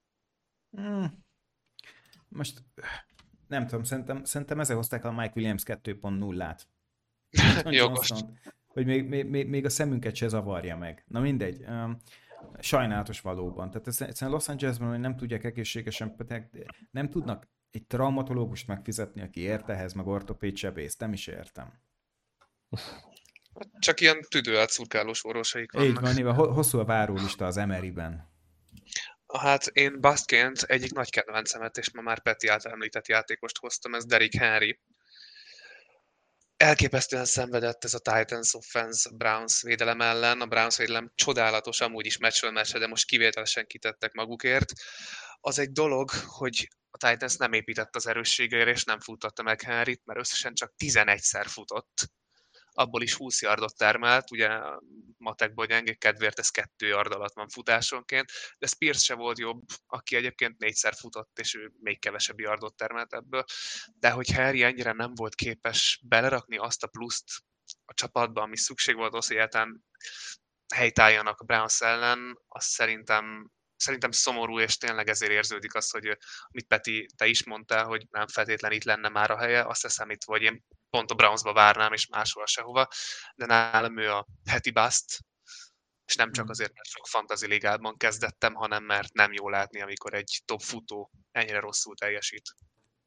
[SPEAKER 1] Most nem tudom, szerintem ezzel hozták a Mike Williams 2.0-át.
[SPEAKER 2] Jogos.
[SPEAKER 1] Hogy még a szemünket se zavarja meg. Na mindegy. Sajnálatos valóban. Tehát egyszerűen Los Angelesben, hogy nem tudják egészségesen, nem tudnak egy traumatológust megfizetni, aki ért ehhez, meg ortopéd sebészt. Nem is értem.
[SPEAKER 2] Csak ilyen tüdőátszurkálós orvosaik vannak.
[SPEAKER 1] Így van, éve hosszú a várólista az Emeryben.
[SPEAKER 2] Hát én basztként egyik nagy kedvencemet, és ma már Peti által említett játékost hoztam, ez Derrick Henry. Elképesztően szenvedett ez a Titans offense Browns védelem ellen. A Browns védelem csodálatos, amúgy is meccsről meccsre, de most kivételesen kitettek magukért. Az egy dolog, hogy a Titans nem épített az erősségére, és nem futtatta meg Henryt, mert összesen csak 11-szer futott. Abból is 20 yardot termelt, ugye matekból gyengék kedvéért ez 2 yard alatt van futásonként, de Spears se volt jobb, aki egyébként 4-szer futott, és ő még kevesebb yardot termelt ebből, de hogy Harry ennyire nem volt képes belerakni azt a pluszt a csapatba, ami szükség volt az, hogy egyáltalán helytálljanak a Browns ellen, az szerintem szomorú, és tényleg ezért érződik az, hogy amit Peti, te is mondtál, hogy nem feltétlen itt lenne már a helye, azt hiszem itt, vagy én pont a Brownsba várnám, és máshol sehova, de nálam ő a heti bust, és nem csak azért, mert sok fantasy ligában kezdettem, hanem mert nem jó látni, amikor egy top futó ennyire rosszul teljesít.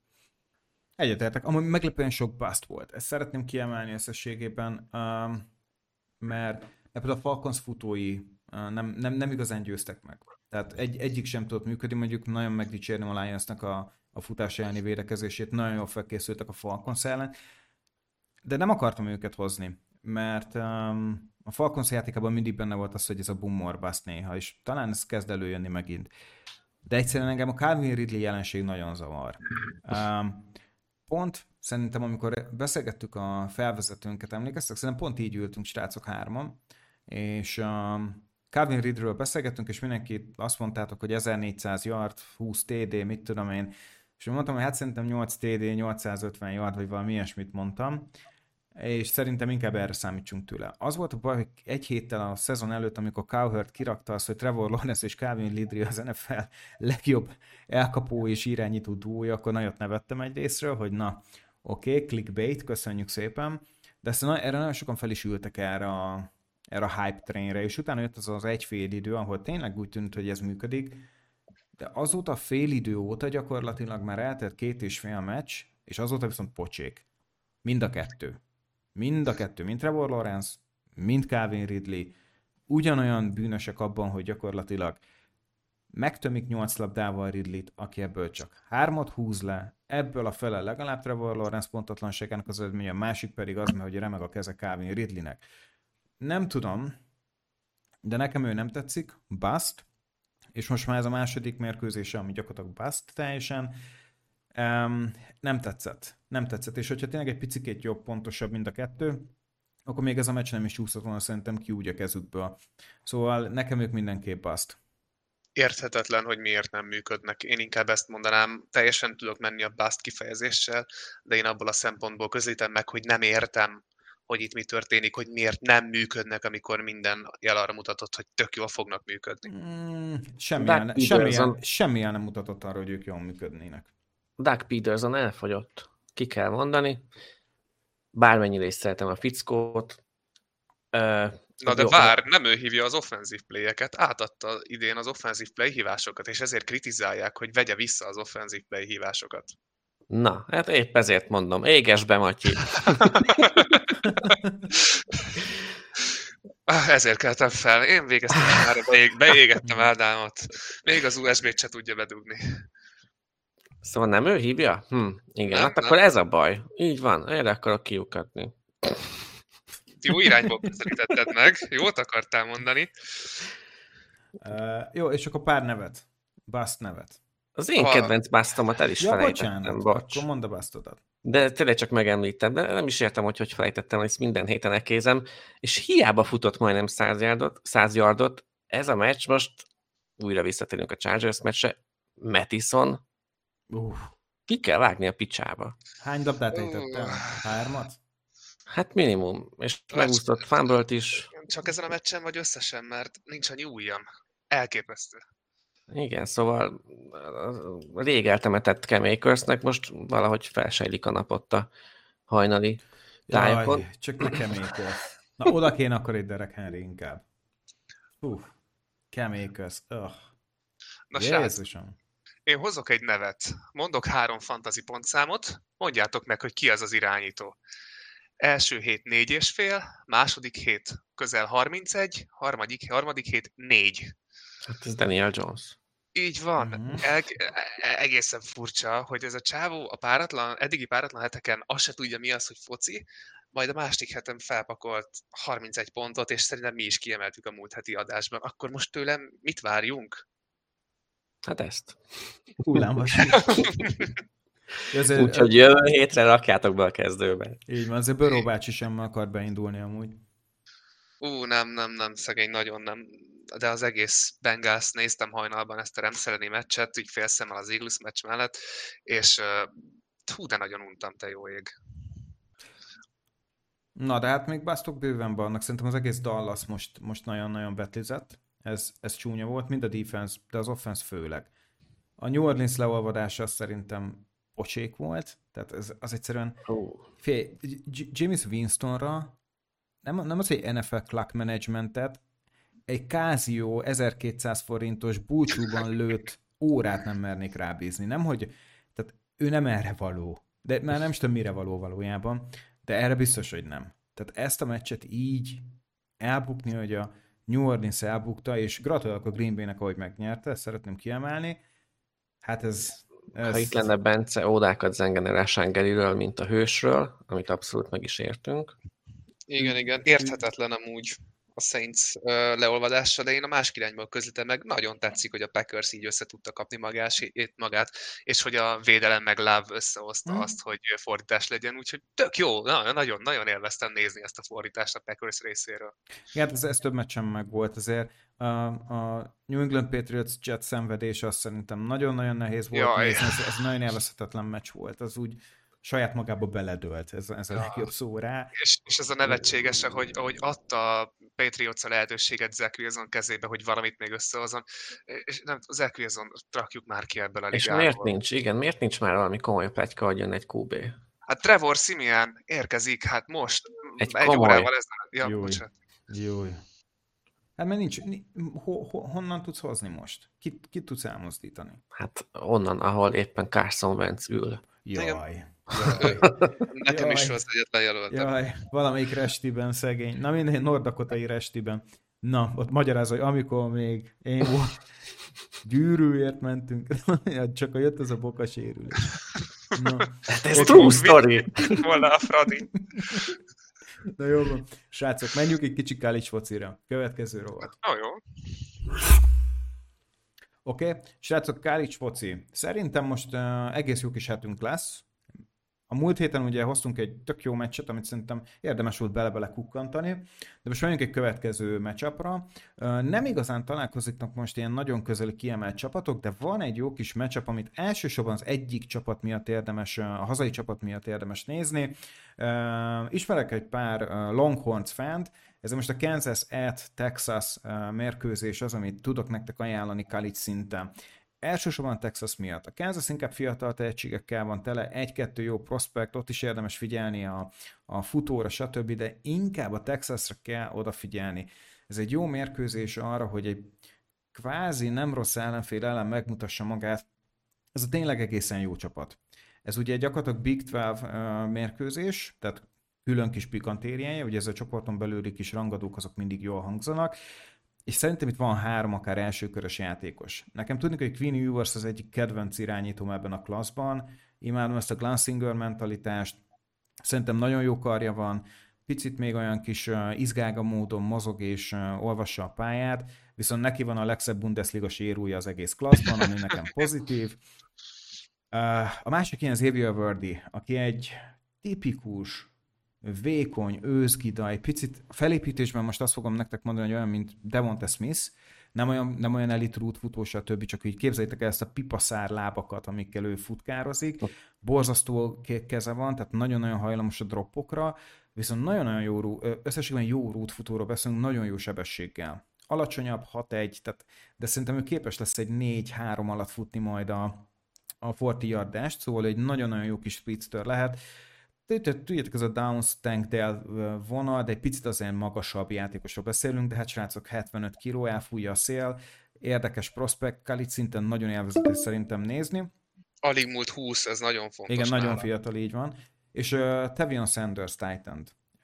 [SPEAKER 1] Egyetértek. Amúgy meglepően sok bust volt. Ezt szeretném kiemelni összességében, mert például a Falcons futói nem igazán győztek meg. Tehát egyik sem tudott működni, mondjuk nagyon megdicsérném a Lionsnak a futás elleni védekezését, nagyon jól felkészültek a Falcons ellen, de nem akartam őket hozni, mert a Falcons játékában mindig benne volt az, hogy ez a boom or bust néha, és talán ez kezd előjönni megint. De egyszerűen engem a Calvin Ridley jelenség nagyon zavar. Pont szerintem, amikor beszélgettük a felvezetőnket, emlékeztek? Szerintem pont így ültünk, srácok, hárman, és Calvin Ridleyről beszélgettünk, és mindenki azt mondtátok, hogy 1400 yard, 20 TD, mit tudom én, és mondtam, hogy hát szerintem 8 TD, 850 yard, vagy valami ilyesmit mondtam, és szerintem inkább erre számítsunk tőle. Az volt a baj, hogy egy héttel a szezon előtt, amikor Cowherd kirakta azt, hogy Trevor Lawrence és Calvin Ridley az NFL legjobb elkapó és irányító duója, akkor nagyot nevettem egy részről, hogy na, oké, clickbait, köszönjük szépen, de aztán erre nagyon sokan fel is ültek erre a hype trainre, és utána jött az egy fél idő, ahol tényleg úgy tűnt, hogy ez működik, de azóta fél idő óta gyakorlatilag már eltelt 2,5 meccs, és azóta viszont pocsék. Mind a kettő, mind Trevor Lawrence, mind Calvin Ridley, ugyanolyan bűnösek abban, hogy gyakorlatilag megtömik 8 labdával Ridley-t, aki ebből csak 3 húz le, ebből a fele legalább Trevor Lawrence pontatlanságának az eredménye, a másik pedig az, hogy remeg a keze Calvin Ridleynek. Nem tudom, de nekem ő nem tetszik, bust, és most már ez a második mérkőzése, ami gyakorlatilag bust teljesen, nem tetszett, és hogyha tényleg egy picikét jobb, pontosabb mind a kettő, akkor még ez a meccs nem is csúszott volna szerintem ki úgy a kezükből. Szóval nekem ők mindenképp bust.
[SPEAKER 2] Érthetetlen, hogy miért nem működnek. Én inkább ezt mondanám, teljesen tudok menni a bust kifejezéssel, de én abból a szempontból közelítem meg, hogy nem értem, hogy itt mi történik, hogy miért nem működnek, amikor minden jel arra mutatott, hogy tök jól fognak működni.
[SPEAKER 1] Semmilyen nem mutatott arra, hogy ők jól működnének.
[SPEAKER 3] Doug Peterson elfogyott. Ki kell mondani. Bármennyire is szeretem a fickót.
[SPEAKER 2] Na de vár, nem ő hívja az offenzív play-eket, átadta idén az offenzív play hívásokat, és ezért kritizálják, hogy vegye vissza az offenzív play hívásokat.
[SPEAKER 3] Na, hát épp ezért mondom, éges be, Matyi.
[SPEAKER 2] Ezért keltem fel. Én végeztem már, beégettem Ádámot. Még az USB-t se tudja bedugni.
[SPEAKER 3] Szóval nem ő hívja? Igen,
[SPEAKER 2] nem,
[SPEAKER 3] hát akkor ez a baj. Így van, erre akarok kiukadni.
[SPEAKER 2] Jó irányból közelítetted meg, jót akartál mondani.
[SPEAKER 1] Jó, és akkor pár nevet. Bust nevet.
[SPEAKER 3] Az én kedvenc bustomat el is felejtettem.
[SPEAKER 1] Bocsánat, akkor mondd a bustodat.
[SPEAKER 3] De tényleg csak megemlítem, de nem is értem, hogy felejtettem, ezt minden héten elkézem, és hiába futott majdnem 100 yardot, ez a meccs most, újra visszatérünk a Chargers meccsre, Mattison, ki kell vágni a picsába.
[SPEAKER 1] Hány labdát ejtettem? 3?
[SPEAKER 3] Hát minimum, és megúsztott fumble-t is.
[SPEAKER 2] Csak ezen a meccsen vagy összesen, mert nincs annyi ujjam. Elképesztő.
[SPEAKER 3] Igen, szóval rég eltemetett Cam Akersnek most valahogy felsejlik a napot a hajnali tájakon.
[SPEAKER 1] Jaj, csak ne Cam Akers. Na, oda kéne akkor egy Derek Henry inkább. Cam Akers.
[SPEAKER 2] Na Jézusom. Én hozok egy nevet. Mondok 3 fantasy pontszámot, mondjátok meg, hogy ki az az irányító. Első hét 4,5, második hét közel 31, harmadik hét 4.
[SPEAKER 3] Hát ez Daniel Jones.
[SPEAKER 2] Így van. Egészen furcsa, hogy ez a csávó a eddigi páratlan heteken azt se tudja, mi az, hogy foci, majd a másik heten felpakolt 31 pontot, és szerintem mi is kiemeltük a múlt heti adásban. Akkor most tőlem mit várjunk?
[SPEAKER 3] Hát ezt.
[SPEAKER 1] Hullámos.
[SPEAKER 3] Úgyhogy jövő hétre rakjátok be a kezdőbe.
[SPEAKER 1] Így van, azért Burrow bácsi sem akar beindulni amúgy.
[SPEAKER 2] Nem, szegény, nagyon nem. De az egész Bengals, néztem hajnalban ezt a Rams elleni meccset, így félszemmel az Eagles meccs mellett, és de nagyon untam, te jó ég.
[SPEAKER 1] Na, de hát még basztok bőven vannak. Szerintem az egész Dallas most nagyon-nagyon betlizett. Ez csúnya volt, mind a defense, de az offense főleg. A New Orleans leolvadása szerintem pocsék volt, tehát az egyszerűen... Jameis Winstonra nem az, hogy NFL clock managementet, egy Casio 1200 forintos búcsúban lőtt órát nem mernék rábízni. Nem, hogy... Tehát ő nem erre való. De már nem is tudom, mire való valójában, de erre biztos, hogy nem. Tehát ezt a meccset így elbukni, hogy a New Orleans elbukta, és gratulálok a Green Bay-nek, ahogy megnyerte, ezt szeretném kiemelni. Hát
[SPEAKER 3] Ha itt lenne Bence, ódákat zengene Rashan mint a hősről, amit abszolút meg is értünk.
[SPEAKER 2] Igen. Érthetetlen amúgy a Saints leolvadása, de én a másik irányból közlítem meg. Nagyon tetszik, hogy a Packers így össze tudta kapni magát, és hogy a védelem meg Love összehozta azt, hogy fordítás legyen, úgyhogy tök jó, nagyon élveztem nézni ezt a fordítást a Packers részéről.
[SPEAKER 1] Igen, ez több meccsen meg volt, azért a New England Patriots Jet szenvedése azt szerintem nagyon-nagyon nehéz volt nézni, ez nagyon élvezhetetlen meccs volt, az úgy saját magába beledölt, ez a legjobb szó rá.
[SPEAKER 2] És ez a nevetséges, ahogy adta a Patriots a lehetőséget Zach Wilson kezébe, hogy valamit még összehozon, és nem, Zach Wilson rakjuk már ki ebből a ligából.
[SPEAKER 3] És miért nincs már valami komoly pletyka, hogy jön egy QB?
[SPEAKER 2] Hát Trevor Siemian érkezik, hát most, egy
[SPEAKER 3] komoly.
[SPEAKER 2] órával ezelőtt. Bocsánat.
[SPEAKER 1] Jó. Hát mert nincs, honnan tudsz hozni most? Kit tudsz elmozdítani?
[SPEAKER 3] Hát onnan, ahol éppen Carson Wentz ül.
[SPEAKER 1] Jaj.
[SPEAKER 2] Nekem is az egyetlen jelöltem.
[SPEAKER 1] Jaj, valamelyik restiben szegény. Na mindegy, nordakotai restiben. Na, ott magyaráz, hogy amikor még én gyűrűért mentünk, csak jött ez a bokasérülés.
[SPEAKER 3] No. Hát ez true story.
[SPEAKER 2] Volna a Fradi.
[SPEAKER 1] Na jó van. Srácok, menjünk egy kicsi college focira. Következő rovat.
[SPEAKER 2] Jó.
[SPEAKER 1] Oké, srácok, college foci. Szerintem most egész jó kis hetünk lesz. A múlt héten ugye hoztunk egy tök jó meccset, amit szerintem érdemes volt bele kukkantani, de most menjünk egy következő matchupra. Nem igazán találkoziknak most ilyen nagyon közeli kiemelt csapatok, de van egy jó kis matchup, amit elsősorban az egyik csapat miatt érdemes, a hazai csapat miatt érdemes nézni. Ismerek egy pár Longhorns fant, ez most a Kansas at Texas mérkőzés az, amit tudok nektek ajánlani college szinten. Elsősorban Texas miatt. A Kansas inkább fiatal tehetségekkel van tele, egy-kettő jó prospekt, ott is érdemes figyelni a futóra, stb., de inkább a Texasra kell odafigyelni. Ez egy jó mérkőzés arra, hogy egy kvázi nem rossz ellenfél ellen megmutassa magát. Ez a tényleg egészen jó csapat. Ez ugye gyakorlatilag Big 12 mérkőzés, tehát külön kis pikantériája, ugye ez a csoporton belüli kis rangadók, azok mindig jól hangzanak, és szerintem itt van 3 akár elsőkörös játékos. Nekem tudni, hogy Quinn Ewers az egyik kedvenc irányítóm ebben a klasszban. Imádom ezt a Glansinger mentalitást. Szerintem nagyon jó karja van. Picit még olyan kis izgága módon mozog és olvassa a pályát. Viszont neki van a legszebb Bundesliga sérúja az egész klasszban, ami nekem pozitív. A másik ilyen Xavier Worthy, aki egy tipikus vékony, őzgidaj, picit a felépítésben most azt fogom nektek mondani, hogy olyan, mint Devonta Smith, nem olyan elit route futó, stb., csak így képzeljétek el ezt a pipaszár lábakat, amikkel ő futkározik. Borzasztó keze van, tehát nagyon-nagyon hajlamos a droppokra, viszont nagyon-nagyon jó, összességében jó route futóról beszélünk, nagyon jó sebességgel. Alacsonyabb, 6-1, de szerintem ő képes lesz egy 4-3 alatt futni majd a 40 yardást, szóval egy nagyon-nagyon jó kis speedster lehet. Tudjátok, ez a Downs Tankdale vonal, de egy picit azért magasabb játékosról beszélünk, de hát srácok, 75 kg, elfújja a szél, érdekes prospekt, college szinten nagyon élvezetes szerintem nézni.
[SPEAKER 2] Alig múlt 20, ez nagyon fontos.
[SPEAKER 1] Igen, nagyon fiatal, így van. És Tevion Sanders Titan,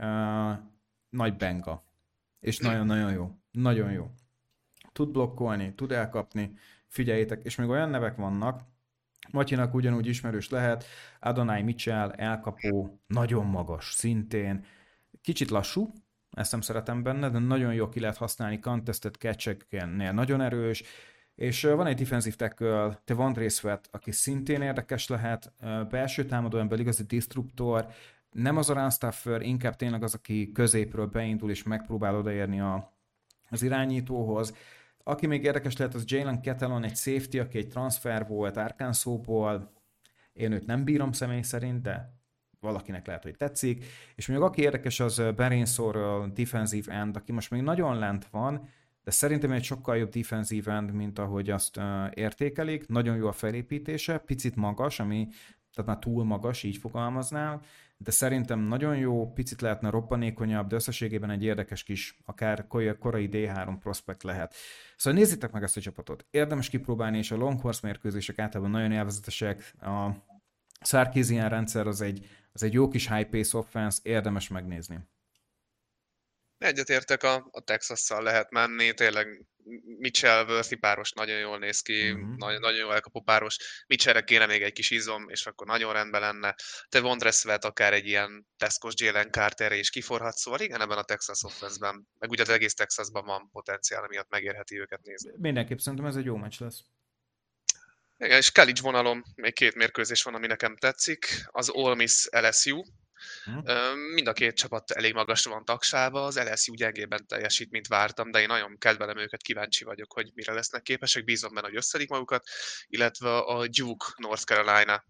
[SPEAKER 1] nagy benga, és nagyon-nagyon jó. Nagyon jó. Tud blokkolni, tud elkapni, figyeljétek, és még olyan nevek vannak, Matyinak ugyanúgy ismerős lehet, Adonai Mitchell, elkapó, nagyon magas szintén, kicsit lassú, ezt nem szeretem benne, de nagyon jól ki lehet használni, contested catch-eknél nagyon erős, és van egy defensive tackle, Devontae Sweat, aki szintén érdekes lehet, belső támadó ember, igazi disruptor, nem az a run stuffer, inkább tényleg az, aki középről beindul és megpróbál odaérni az irányítóhoz. Aki még érdekes lehet, az Jalen Catalon, egy safety, aki egy transfer volt Arkansasból. Én őt nem bírom személy szerint, de valakinek lehet, hogy tetszik. És még aki érdekes, az Berin Sorrell, defensive end, aki most még nagyon lent van, de szerintem egy sokkal jobb defensive end, mint ahogy azt értékelik. Nagyon jó a felépítése, picit magas, tehát már túl magas, így fogalmaznám, de szerintem nagyon jó, picit lehetne robbanékonyabb, de összességében egy érdekes kis, akár korai D3 prospekt lehet. Szóval nézzétek meg ezt a csapatot. Érdemes kipróbálni, és a Longhorns mérkőzések általában nagyon élvezetesek. Sarkisian rendszer az egy jó kis high pace offense, érdemes megnézni.
[SPEAKER 2] Egyetértek, a Texasszal lehet menni, tényleg Mitchell-Worthy páros nagyon jól néz ki, nagyon jól elkapó páros. Mitchellre kéne még egy kis izom, és akkor nagyon rendben lenne. Te Vondresvet akár egy ilyen Teszkos Jalen Carterre is kiforhat, szóval igen, ebben a Texas offense-ben, meg ugye az egész Texasban van potenciál, miatt megérheti őket nézni.
[SPEAKER 1] Mindenképp szerintem ez egy jó meccs lesz.
[SPEAKER 2] Igen, és college vonalom, még 2 mérkőzés van, ami nekem tetszik. Az Ole Miss LSU. Mind a 2 csapat elég magasra van tagsába, az LSU gyengében teljesít, mint vártam, de én nagyon kedvelem őket, kíváncsi vagyok, hogy mire lesznek képesek, bízom benne, hogy összedik magukat, illetve a Duke North Carolina.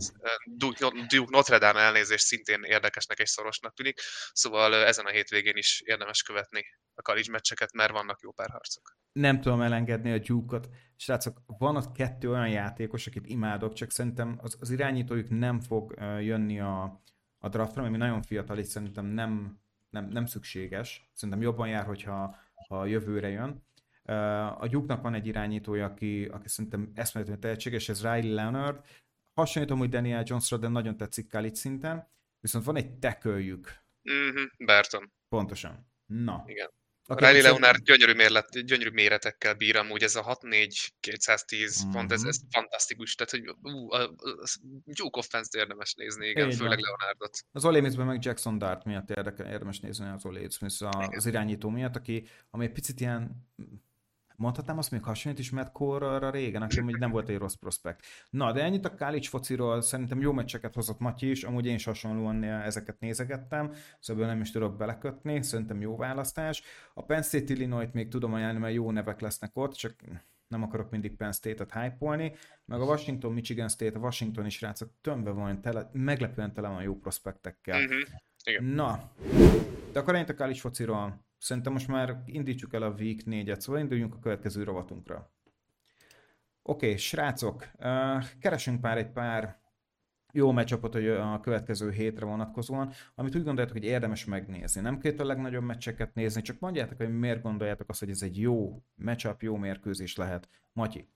[SPEAKER 2] Duke Notre Dame, elnézést, szintén érdekesnek és szorosnak tűnik, szóval ezen a hétvégén is érdemes követni a college meccseket, mert vannak jó párharcok.
[SPEAKER 1] Nem tudom elengedni a Duke-ot. Srácok, van ott 2 olyan játékos, akit imádok, csak szerintem az irányítójuk nem fog jönni a draftra, ami nagyon fiatal, és szerintem nem szükséges. Szerintem jobban jár, hogyha jövőre jön. A Duke-nak van egy irányítója, aki szerintem eszméletlenül tehetséges, ez Riley Leonard. Hasonlítom, hogy Daniel Jonesra, de nagyon tetszik college szinten. Viszont van egy tackle-jük.
[SPEAKER 2] Burton.
[SPEAKER 1] Pontosan. Na.
[SPEAKER 2] Igen. Riley Leonard gyönyörű méretekkel bír, amúgy ez a 6'4", 210 font, ez fantasztikus, tehát hogy a Duke offense-t érdemes nézni, igen, főleg Leonardot.
[SPEAKER 1] Az Ole Miss-ben meg Jackson Dart miatt érdemes nézni az Ole Miss az irányító miatt, ami egy picit ilyen, mondhatnám azt, még hasonlít is Matt Corralra régen, aki amúgy nem volt egy rossz prospekt. Na, de ennyit a college fociról, szerintem jó meccseket hozott Matyi is, amúgy én is hasonlóan ezeket nézegettem, szóval nem is tudok belekötni, szerintem jó választás. A Penn State Illinois-t még tudom ajánlani, mert jó nevek lesznek ott, csak nem akarok mindig Penn State-et hype-olni, meg a Washington, Michigan State, a Washington is rácok tömve van, meglepően tele van jó prospektekkel.
[SPEAKER 2] Igen.
[SPEAKER 1] Na, de akkor ennyit a college fociról. Szerintem most már indítsuk el a Week 4-et, szóval induljunk a következő rovatunkra. Oké, srácok, keresünk már egy pár jó matchupot a következő hétre vonatkozóan, amit úgy gondoljátok, hogy érdemes megnézni. Nem kell a legnagyobb meccseket nézni, csak mondjátok, hogy miért gondoljátok azt, hogy ez egy jó matchup, jó mérkőzés lehet. Matyi.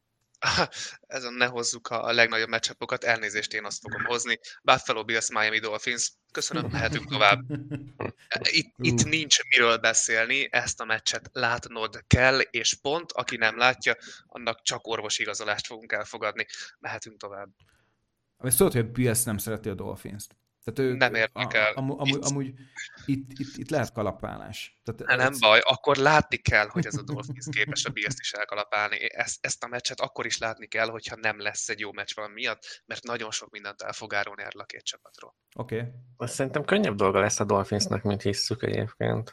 [SPEAKER 2] Ezen ne hozzuk a legnagyobb matchupokat, elnézést, én azt fogom hozni. Buffalo Bills, Miami Dolphins. Köszönöm, mehetünk tovább. Itt nincs miről beszélni, ezt a meccset látnod kell, és pont, aki nem látja, annak csak orvosi igazolást fogunk elfogadni. Mehetünk tovább.
[SPEAKER 1] Ami szólt, hogy a Bills nem szereti a Dolphins-t. Tehát
[SPEAKER 2] nem értik el.
[SPEAKER 1] Amúgy itt lehet kalapálás. Tehát
[SPEAKER 2] nem baj, akkor látni kell, hogy ez a Dolphins képes a Bills-t is elkalapálni. Ezt a meccset akkor is látni kell, hogyha nem lesz egy jó meccs valami miatt, mert nagyon sok mindent el fog árulni erről a 2 csapatról.
[SPEAKER 1] Oké.
[SPEAKER 3] Azt szerintem könnyebb dolga lesz a Dolphinsnak, mint hisszük egyébként.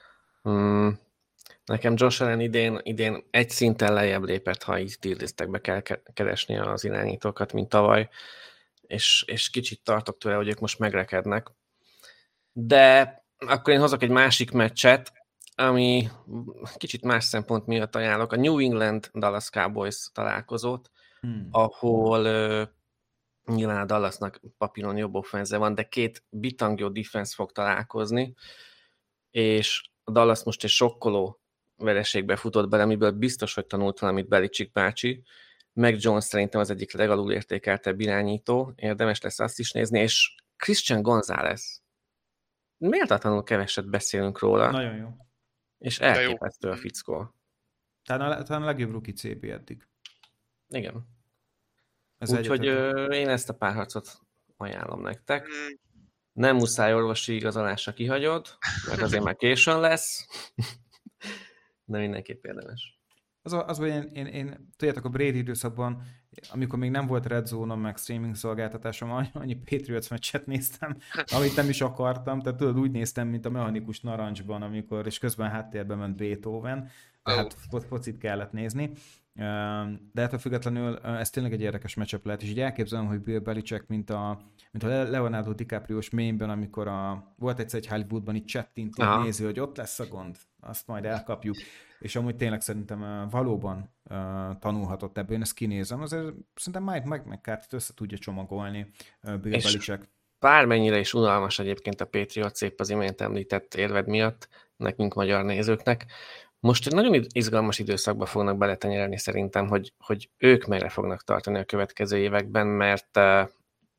[SPEAKER 3] Nekem Josh Allen idén egy szinten lejjebb lépett, ha így tier-listekbe kell keresni az irányítókat, mint tavaly, és kicsit tartok tőle, hogy ők most megrekednek. De akkor én hozok egy másik meccset, ami kicsit más szempont miatt ajánlok. A New England Dallas Cowboys találkozót, ahol nyilván a Dallasnak papíron jobb offense van, de 2 bitang jó defense fog találkozni, és a Dallas most egy sokkoló vereségbe futott bele, amiből biztos, hogy tanult valamit Belichick bácsi. Meg Jones szerintem az egyik legalul értékeltebb irányító, érdemes lesz azt is nézni, és Christian González. Méltatlanul keveset beszélünk róla.
[SPEAKER 1] Nagyon jó.
[SPEAKER 3] És elképesztő a fickó.
[SPEAKER 1] Talán a legjobb rookie CB eddig.
[SPEAKER 3] Igen. Úgyhogy én ezt a párharcot ajánlom nektek. Nem muszáj orvosi igazolásra kihagyod, mert azért már későn lesz, de mindenképp érdemes.
[SPEAKER 1] Az hogy én tudjátok, a Brady időszakban, amikor még nem volt Red Zone-om, meg streaming szolgáltatásom, annyi Patriots meccset néztem, amit nem is akartam, tehát tudod, úgy néztem, mint a Mechanikus Narancsban, amikor, és közben háttérben ment Beethoven, tehát focit kellett nézni. De ettől függetlenül ez tényleg egy érdekes matchup lehet, és így elképzelem, hogy Bill Belichick, mint a Leonardo DiCaprio-s meme-ben, amikor volt egyszer egy Hollywoodban, így csettinti, nézi, hogy ott lesz a gond, azt majd elkapjuk. És amúgy tényleg szerintem valóban tanulhatott ebből, én ezt kinézem, azért szerintem Mike McCarthy-t össze tudja csomagolni Bill Belichick.
[SPEAKER 3] Bármennyire is unalmas egyébként a Patriot, szép az imént említett érved miatt, nekünk magyar nézőknek, most egy nagyon izgalmas időszakba fognak beletenyerelni szerintem, hogy ők merre fognak tartani a következő években, mert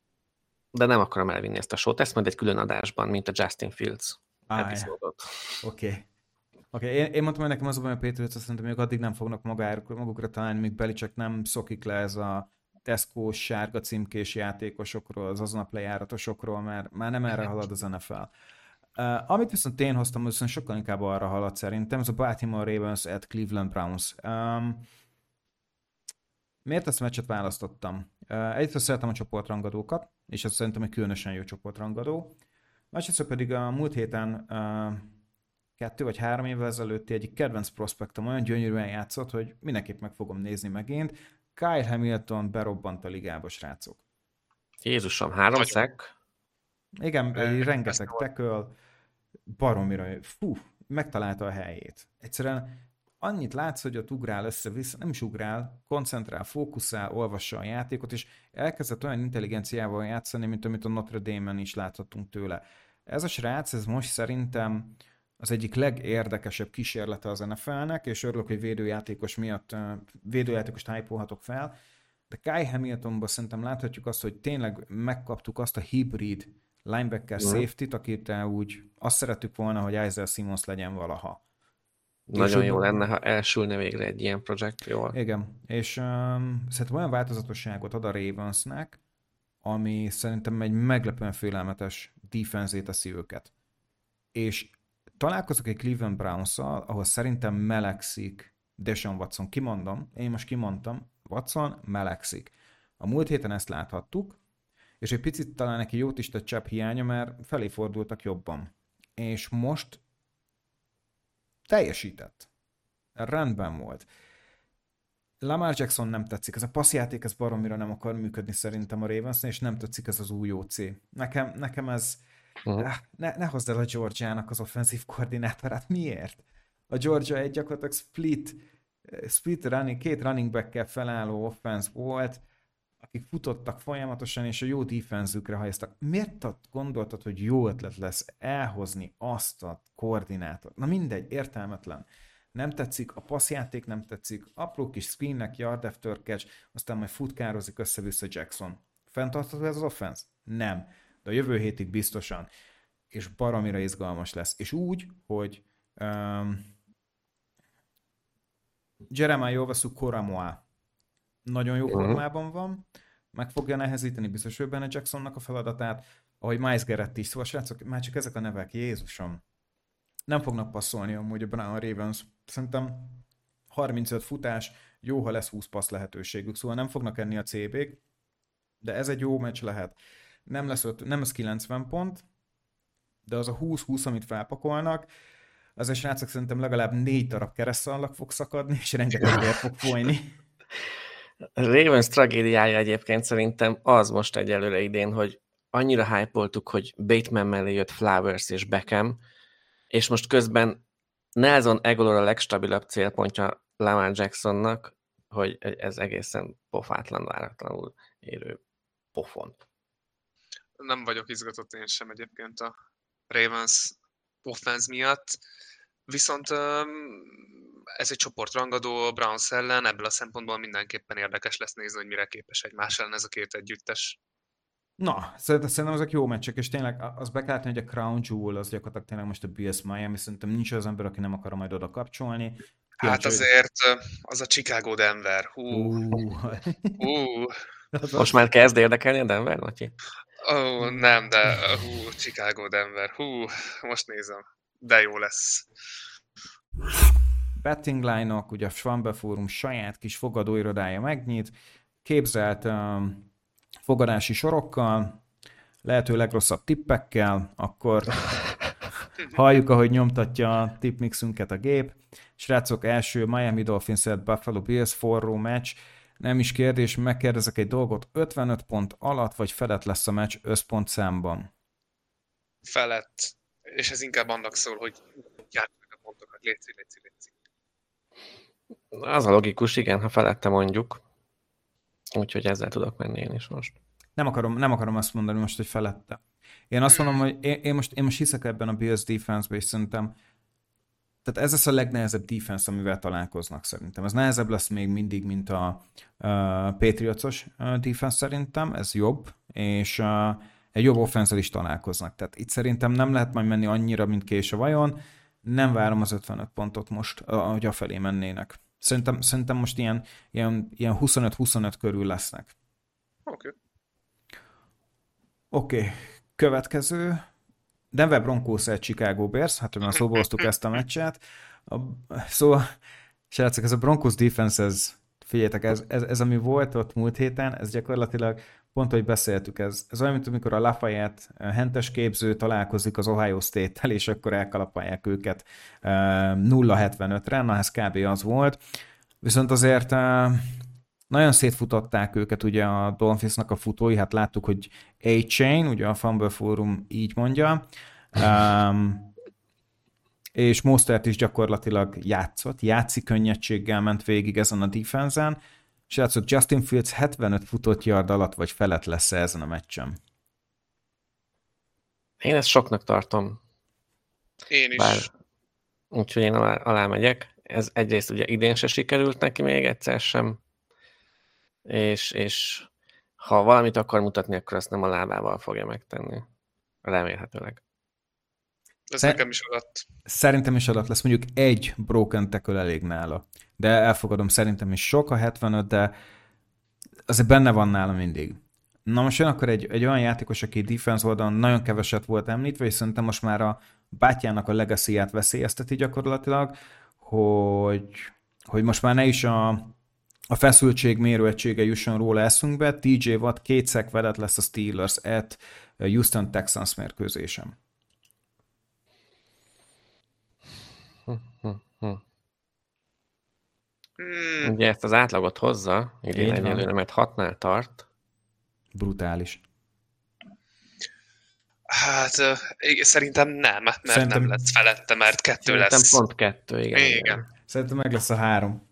[SPEAKER 3] De nem akarom elvinni ezt a sót, ezt majd egy külön adásban, mint a Justin Fields epizódot.
[SPEAKER 1] Oké. Én mondtam, hogy nekem az a baj, a Patriots, azt mondtam, hogy addig nem fognak magukra találni, míg Belichick nem szokik le ez a Tesco-s sárga címkés játékosokról, az aznap lejáratosokról, mert már nem erre halad az NFL. Amit viszont én hoztam, az viszont sokkal inkább arra halad szerintem, ez a Baltimore Ravens at Cleveland Browns. Miért ezt a meccset választottam? Egyrészt szeretem a csoportrangadókat, és ez szerintem egy különösen jó csoportrangadó. Másrészt pedig a múlt héten 2 vagy 3 évvel ezelőtti egyik kedvenc prospektom olyan gyönyörűen játszott, hogy mindenképp meg fogom nézni megint. Kyle Hamilton berobbant a ligába, srácok.
[SPEAKER 3] Jézusom, 3 sack?
[SPEAKER 1] Igen, rengeteg tackle, baromira, megtalálta a helyét. Egyszerűen annyit látsz, hogy ott ugrál össze-vissza, nem is ugrál, koncentrál, fókuszál, olvassa a játékot, és elkezdett olyan intelligenciával játszani, mint amit a Notre Dame-en is láthattunk tőle. Ez a srác, ez most szerintem az egyik legérdekesebb kísérlete az NFL-nek, és örülök, hogy védőjátékos miatt védőjátékost hype-olhatok fel, de Kyle Hamiltonban szerintem láthatjuk azt, hogy tényleg megkaptuk azt a hibrid linebacker safety-t, akit úgy azt szerettük volna, hogy Isaiah Simmons legyen valaha.
[SPEAKER 3] Nagyon jó lenne, ha elsülne végre egy ilyen projekt, jól.
[SPEAKER 1] Igen, és szerintem olyan változatosságot ad a Ravensnek, ami szerintem egy meglepően félelmetes defense-é teszi őket. És találkozok egy Cleveland Browns-szal, ahol szerintem melegszik Deshaun Watson. Én most kimondtam, Watson melegszik. A múlt héten ezt láthattuk, és egy picit talán neki jót is tett csepp hiánya, mert felé fordultak jobban. És most teljesített. Rendben volt. Lamar Jackson nem tetszik. Ez a passzjáték, ez baromira nem akar működni szerintem a Ravensnél, és nem tetszik ez az új OC. Nekem ez... Ne hozd el a Georgiának az offenzív koordinátorát. Miért? A Georgia egy gyakorlatilag split running, 2 running back-kel felálló offense volt, akik futottak folyamatosan, és a jó defense-ükre hajaztak. Miért gondoltad, hogy jó ötlet lesz elhozni azt a koordinátort? Na mindegy, értelmetlen. Nem tetszik, a passzjáték nem tetszik, apró kis screennek, yard after catch, aztán majd futkározik össze-vissza Jackson. Fenntartható ez az offense? Nem. De a jövő hétig biztosan. És baromira izgalmas lesz. És úgy, hogy Jeremiah Owusu-Koramoah nagyon jó formában van, meg fogja nehezíteni biztos, hogy benne Jacksonnak a feladatát, ahogy Myles Garrett is. Szóval srácok, már csak ezek a nevek, Jézusom. Nem fognak passzolni amúgy a Brown Ravens. Szerintem 35 futás, jó, ha lesz 20 passz lehetőségük, szóval nem fognak enni a CB-k, de ez egy jó meccs lehet. Nem lesz 90 pont, de az a 20-20, amit felpakolnak, az a srácok szerintem legalább 4 darab keresztszallag fog szakadni, és rengeteg vér fog folyni.
[SPEAKER 3] Ravens tragédiája egyébként szerintem az most egyelőre idén, hogy annyira hype-oltuk, hogy Bateman mellé jött Flowers és Beckham, és most közben Nelson Aguilar a legstabilabb célpontja Lamar Jacksonnak, hogy ez egészen pofátlan, váratlanul érő pofon.
[SPEAKER 2] Nem vagyok izgatott én sem egyébként a Ravens offense miatt, viszont ez egy csoportrangadó Browns ellen, ebből a szempontból mindenképpen érdekes lesz nézni, hogy mire képes egymás ellen ez a két együttes.
[SPEAKER 1] Na, szerintem ezek jó meccsek, és tényleg az be kell tenni, hogy a Crown Jewel az gyakorlatilag tényleg most a Bills Miami, szerintem nincs az ember, aki nem akar majd oda kapcsolni.
[SPEAKER 2] Hát azért az a Chicago Denver.
[SPEAKER 3] Most már kezd érdekelni a Denver, Matyi?
[SPEAKER 2] Nem, de Chicago Denver. Most nézem. De jó lesz.
[SPEAKER 1] Betting line-ok, ugye a Schwambe Fórum saját kis fogadóirodája megnyit, képzelt fogadási sorokkal, lehető legrosszabb tippekkel, akkor halljuk, ahogy nyomtatja a tipmixünket a gép. Srácok, első Miami Dolphins at Buffalo Bills forró meccs. Nem is kérdés, megkérdezek egy dolgot, 55 pont alatt vagy felett lesz a meccs összpontszámban?
[SPEAKER 2] Felett. És ez inkább annak szól, hogy járják a pontokat. Léci.
[SPEAKER 3] Az a logikus, igen, ha felette mondjuk. Úgyhogy ezzel tudok menni én is most.
[SPEAKER 1] Nem akarom azt mondani most, hogy felette. Én azt mondom, hogy én most hiszek ebben a Bills defense-be, és szerintem tehát ez lesz a legnehezebb defense, amivel találkoznak szerintem. Ez nehezebb lesz még mindig, mint a Patriots-os defense szerintem, ez jobb, és egy jobb offenzel is találkoznak. Tehát itt szerintem nem lehet majd menni annyira, mint kés a vajon. Nem várom az 55 pontot most, hogy afelé mennének. Szerintem most ilyen 25-25 körül lesznek. Oké. Következő. Denver Broncos egy Chicago Bears. Hát, hogy már szóba hoztuk ezt a meccset. Szóval, srácok, ez a Broncos defense, figyeljetek, ez ami volt ott múlt héten, ez gyakorlatilag pont, hogy beszéltük, ez olyan, mint amikor a Lafayette hentes képző találkozik az Ohio State-tel, és akkor elkalapálják őket 0-75-re, na ez kb. Az volt. Viszont azért nagyon szétfutották őket ugye a Dolphinsnak a futói, hát láttuk, hogy A-Chain, ugye a Fumble Forum így mondja, és Mostert is gyakorlatilag játszik könnyedséggel ment végig ezen a defense-en, és látszok, Justin Fields 75 futott yard alatt vagy felett lesz ezen a meccsen.
[SPEAKER 3] Én ezt soknak tartom.
[SPEAKER 2] Én is.
[SPEAKER 3] Úgyhogy én alá megyek. Ez egyrészt ugye idén se sikerült neki még egyszer sem, és ha valamit akar mutatni, akkor azt nem a lábával fogja megtenni. Remélhetőleg.
[SPEAKER 2] Ez nekem is alatt.
[SPEAKER 1] Szerintem is alatt lesz, mondjuk egy broken tackle elég nála. De elfogadom, szerintem is sok a 75, de azért benne van nála mindig. Na most jön akkor egy olyan játékos, aki defense oldalon nagyon keveset volt említve, és szerintem most már a bátyjának a legacy-ját veszélyezteti gyakorlatilag, hogy most már ne is a feszültség mérőegysége jusson róla eszünkbe. TJ Watt 2 sack vedett lesz a Steelers at Houston Texans mérkőzésem.
[SPEAKER 3] Ugye ezt az átlagot hozza, idén egyelőre, mert 6-nál tart.
[SPEAKER 1] Brutális.
[SPEAKER 3] Hát
[SPEAKER 2] szerintem nem, mert nem lesz felette, mert 2 lesz.
[SPEAKER 3] Szerintem pont 2, igen.
[SPEAKER 1] Szerintem meg lesz a 3.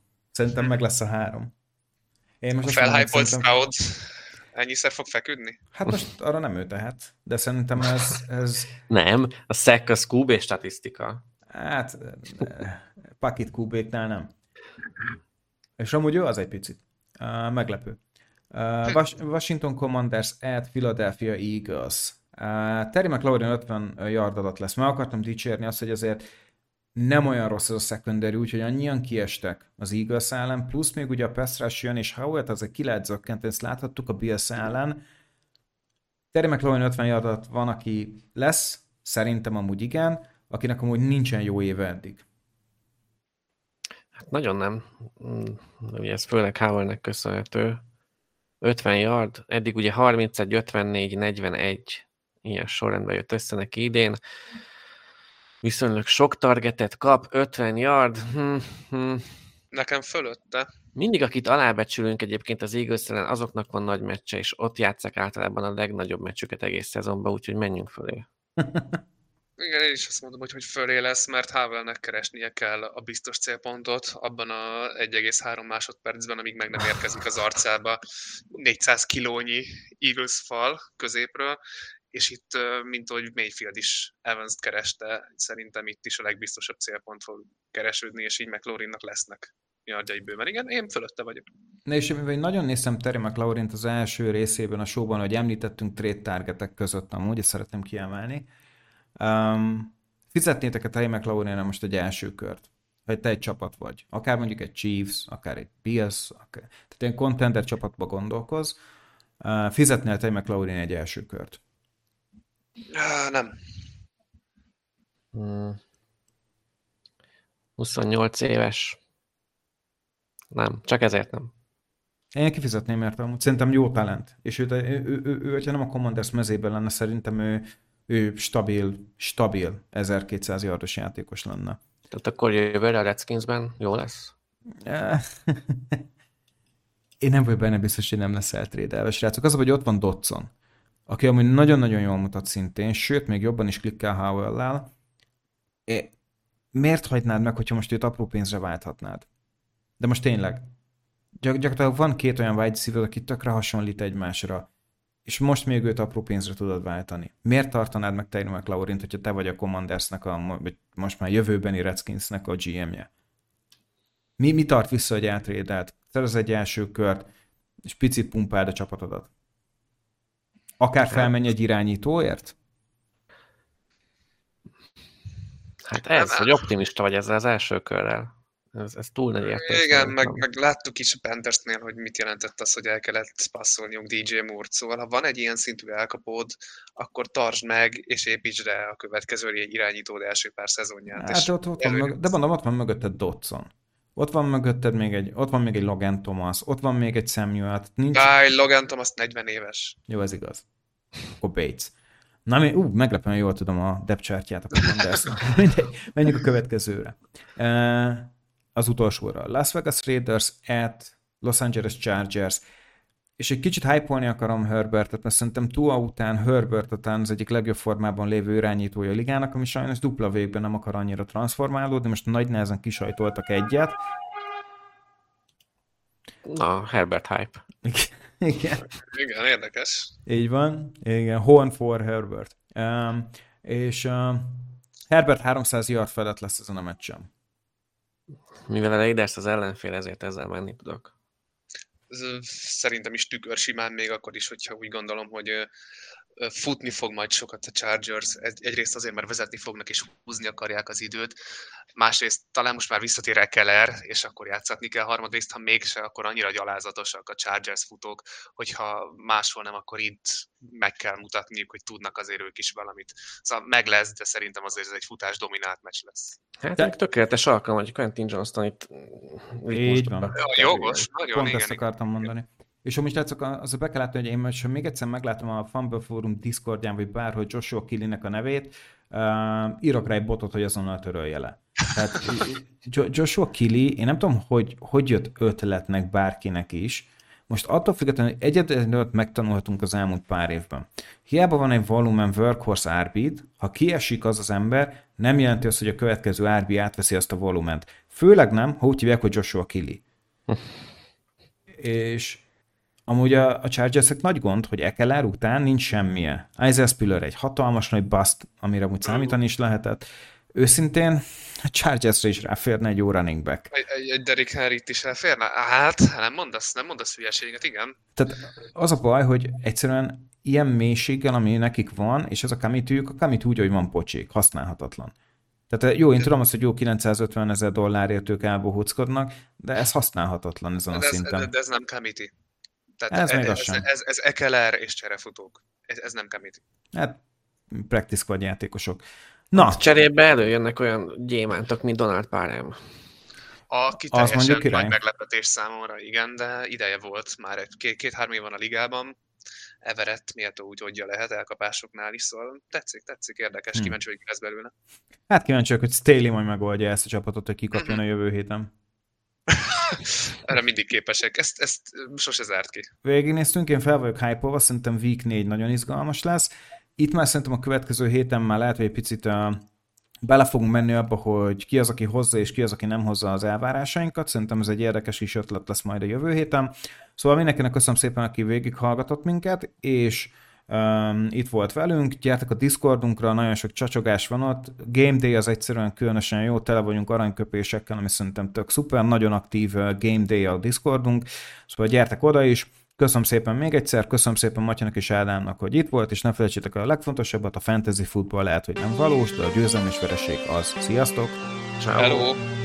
[SPEAKER 1] Én most
[SPEAKER 2] a felhypolt Stroud ennyiszer fog feküdni?
[SPEAKER 1] Hát most arra nem ő tehet, de szerintem ez...
[SPEAKER 3] Nem, a sack az QB statisztika.
[SPEAKER 1] Hát, Pakit QB-knál nem. És amúgy ő az egy picit. Meglepő. Washington Commanders at Philadelphia Eagles. Terry McLaurin 50 yard alatt lesz. Meg akartam dicsérni azt, hogy azért nem olyan rossz az a secondary, úgyhogy annyian kiestek az Eagles ellen, plusz még ugye a pass rush jön, és Howard azért ki lehet zökkenteni, ezt láthattuk a Bills ellen. Terry McLaurin 50 yard alatt van, aki lesz, szerintem amúgy igen, akinek amúgy nincsen jó éve eddig.
[SPEAKER 3] Hát nagyon nem. Ugye ez főleg Howardnek köszönhető. 50 yard, eddig ugye 31, 54, 41 ilyen sorrendben jött össze neki idén. Viszonylag sok targetet kap, 50 yard.
[SPEAKER 2] Nekem fölötte.
[SPEAKER 3] Mindig, akit alábecsülünk egyébként az Eagles ellen, azoknak van nagy meccse, és ott játsszák általában a legnagyobb meccsüket egész szezonban, úgyhogy menjünk fölé.
[SPEAKER 2] Igen, én is azt mondom, hogy fölé lesz, mert Howellnek keresnie kell a biztos célpontot abban a 1,3 másodpercben, amíg meg nem érkezik az arcába 400 kilónyi Eagles fal középről, és itt, mint ahogy Mayfield is Evans-t kereste, szerintem itt is a legbiztosabb célpont fog keresődni, és így McLaurinnak lesznek yardjai bőven. Igen, én fölötte vagyok.
[SPEAKER 1] Na és én nagyon néztem Terry McLaurint az első részében a showban, hogy említettünk trade targetek között, amúgy ezt szeretném kiemelni. Fizetnétek a Terry McLaurinra most egy első kört, hogy te egy csapat vagy. Akár mondjuk egy Chiefs, akár egy Bills, tehát ilyen contender csapatba gondolkoz. Fizetnél Terry McLaurin egy első kört?
[SPEAKER 2] Nem.
[SPEAKER 3] 28 éves. Nem, csak ezért nem.
[SPEAKER 1] Én kifizetném érte amúgy. Szerintem jó talent. És ő, hogyha nem a Commanders mezében lenne, szerintem ő stabil 1200 yardos játékos lenne.
[SPEAKER 3] Tehát akkor jövőre a Redskinsben jó lesz?
[SPEAKER 1] Én nem vagyok benne biztos, hogy nem lesz eltrédelve. Srácok, az, hogy ott van Dodson, aki amúgy nagyon-nagyon jól mutat szintén, sőt, még jobban is klikkel Howell-lel. Miért hagynád meg, hogyha most őt apró pénzre válthatnád? De most tényleg. Gyakorlatilag van két olyan wide receiver, aki tökre hasonlít egymásra, és most még őt apró pénzre tudod váltani. Miért tartanád meg Terry McLaurint, hogyha te vagy a Commandersnek, vagy most már jövőbeni Redskinsnek a GM-je? Mi tart vissza, hogy átrédelt? Szerez egy első kört, és picit pumpáld a csapatodat. Akár felmenj egy irányítóért?
[SPEAKER 3] Hát ez, hogy optimista vagy ezzel az első körrel. Ez túl nagy érték.
[SPEAKER 2] Igen, meg láttuk is a Panthersnél, hogy mit jelentett az, hogy el kellett passzolniuk DJ Moore-t. Szóval, ha van egy ilyen szintű elkapód, akkor tartsd meg, és építsd rá a következő irányítód első pár szezonját.
[SPEAKER 1] Hát ott van de mondom, ott van mögötted Dodson. Ott van mögötted még egy Logan Thomas, ott van még egy Samuel.
[SPEAKER 2] Logan Thomas 40 éves.
[SPEAKER 1] Jó, ez igaz. Akkor Bates. Na, meglepően jól tudom a depth chartját, akkor menjünk a következőre. Az utolsóra. Las Vegas Raiders at Los Angeles Chargers. És egy kicsit hype-olni akarom Herbertet, mert szerintem Tua után Herbert után az egyik legjobb formában lévő irányítója a ligának, ami sajnos dupla végben nem akar annyira transformálódni, most nagy nehezen kisajtoltak egyet.
[SPEAKER 3] Na, Herbert hype.
[SPEAKER 1] Igen.
[SPEAKER 2] Igen, érdekes.
[SPEAKER 1] Így van. Igen, Horn for Herbert. És Herbert 300 yard felett lesz ezen a meccsen.
[SPEAKER 3] Mivel a Raiders az ellenfél, ezért ezzel menni tudok.
[SPEAKER 2] Szerintem is tükör simán, még akkor is, hogyha úgy gondolom, hogy futni fog majd sokat a Chargers. Egyrészt azért, mert vezetni fognak és húzni akarják az időt. Másrészt talán most már visszatér Ekeler, és akkor játszatni kell. Harmadrészt, ha mégse, akkor annyira gyalázatosak a Chargers futók, hogyha máshol nem, akkor itt meg kell mutatniuk, hogy tudnak azért ők is valamit. Szóval meg lesz, de szerintem azért ez egy futás dominált meccs lesz.
[SPEAKER 3] Hát tökéletes alkalom, hogy Quentin Johnston itt
[SPEAKER 1] így van.
[SPEAKER 2] Jogos, nagyon
[SPEAKER 1] pont
[SPEAKER 2] igen.
[SPEAKER 1] Ezt akartam mondani. És amúgy látszok, azért be kell látni, hogy én most még egyszer meglátom a Fumble Forum Discordján, vagy bárhogy Joshua Kellynek a nevét, írok rá egy botot, hogy azonnal törölje le. Tehát Joshua Kelly, én nem tudom, hogy jött ötletnek bárkinek is, most attól függetlenül, hogy egyedül megtanulhatunk az elmúlt pár évben. Hiába van egy volumen workhorse RB-t, ha kiesik az ember, nem jelenti azt, hogy a következő RB átveszi azt a volument. Főleg nem, ha úgy hívják, hogy Joshua Kelly. És amúgy a Chargersek nagy gond, hogy Ekeler után nincs semmije. Isaiah Spiller egy hatalmas nagy bust, amire úgy számítani is lehetett. Őszintén a Chargersre is ráférne egy jó running back.
[SPEAKER 2] Egy Derrick Henryt is elférne? Hát, nem mondasz hülyeséget, igen.
[SPEAKER 1] Tehát az a baj, hogy egyszerűen ilyen mélységgel, ami nekik van, és ez a committőjük, a commit úgy, hogy van pocsék, használhatatlan. Tehát jó, én tudom azt, hogy jó $950 000 ők elbohóckodnak, de ez használhatatlan ezen a szinten.
[SPEAKER 2] De ez nem committee.
[SPEAKER 1] Tehát
[SPEAKER 2] ez Ekeler és cserefutók. Ez nem committee.
[SPEAKER 1] Hát practice squad játékosok. Na.
[SPEAKER 3] Cserébe előjönnek olyan gyémántok, mint Donald Parham.
[SPEAKER 2] Aki teljesen nagy meglepetés számomra, igen, de ideje volt már két-három év van a ligában. Everett méltó úgy oldja lehet elkapásoknál is, szóval tetszik, érdekes, kíváncsi, hogy ki lesz belőle.
[SPEAKER 1] Hát kíváncsi vagyok, hogy Staley majd megoldja ezt a csapatot, hogy kikapjon a jövő héten.
[SPEAKER 2] Erre mindig képesek, ezt sose zárt ki.
[SPEAKER 1] Végignéztünk, én fel vagyok hype-olva, szerintem Week 4 nagyon izgalmas lesz. Itt már szerintem a következő héten már lehet, hogy egy picit bele fogunk menni abba, hogy ki az, aki hozza, és ki az, aki nem hozza az elvárásainkat. Szerintem ez egy érdekes kis ötlet lesz majd a jövő héten. Szóval mindenkinek köszönöm szépen, aki végighallgatott minket, és itt volt velünk. Gyertek a Discordunkra, nagyon sok csacsogás van ott. Game Day az egyszerűen különösen jó, tele vagyunk aranyköpésekkel, ami szerintem tök szuper. Nagyon aktív Game Day a Discordunk, szóval gyertek oda is. Köszönöm szépen még egyszer, köszönöm szépen Matyának és Ádámnak, hogy itt volt, és ne felejtsétek el a legfontosabbat, a fantasy futball lehet, hogy nem valós, de a győzelem és vereség az. Sziasztok!
[SPEAKER 2] Hello!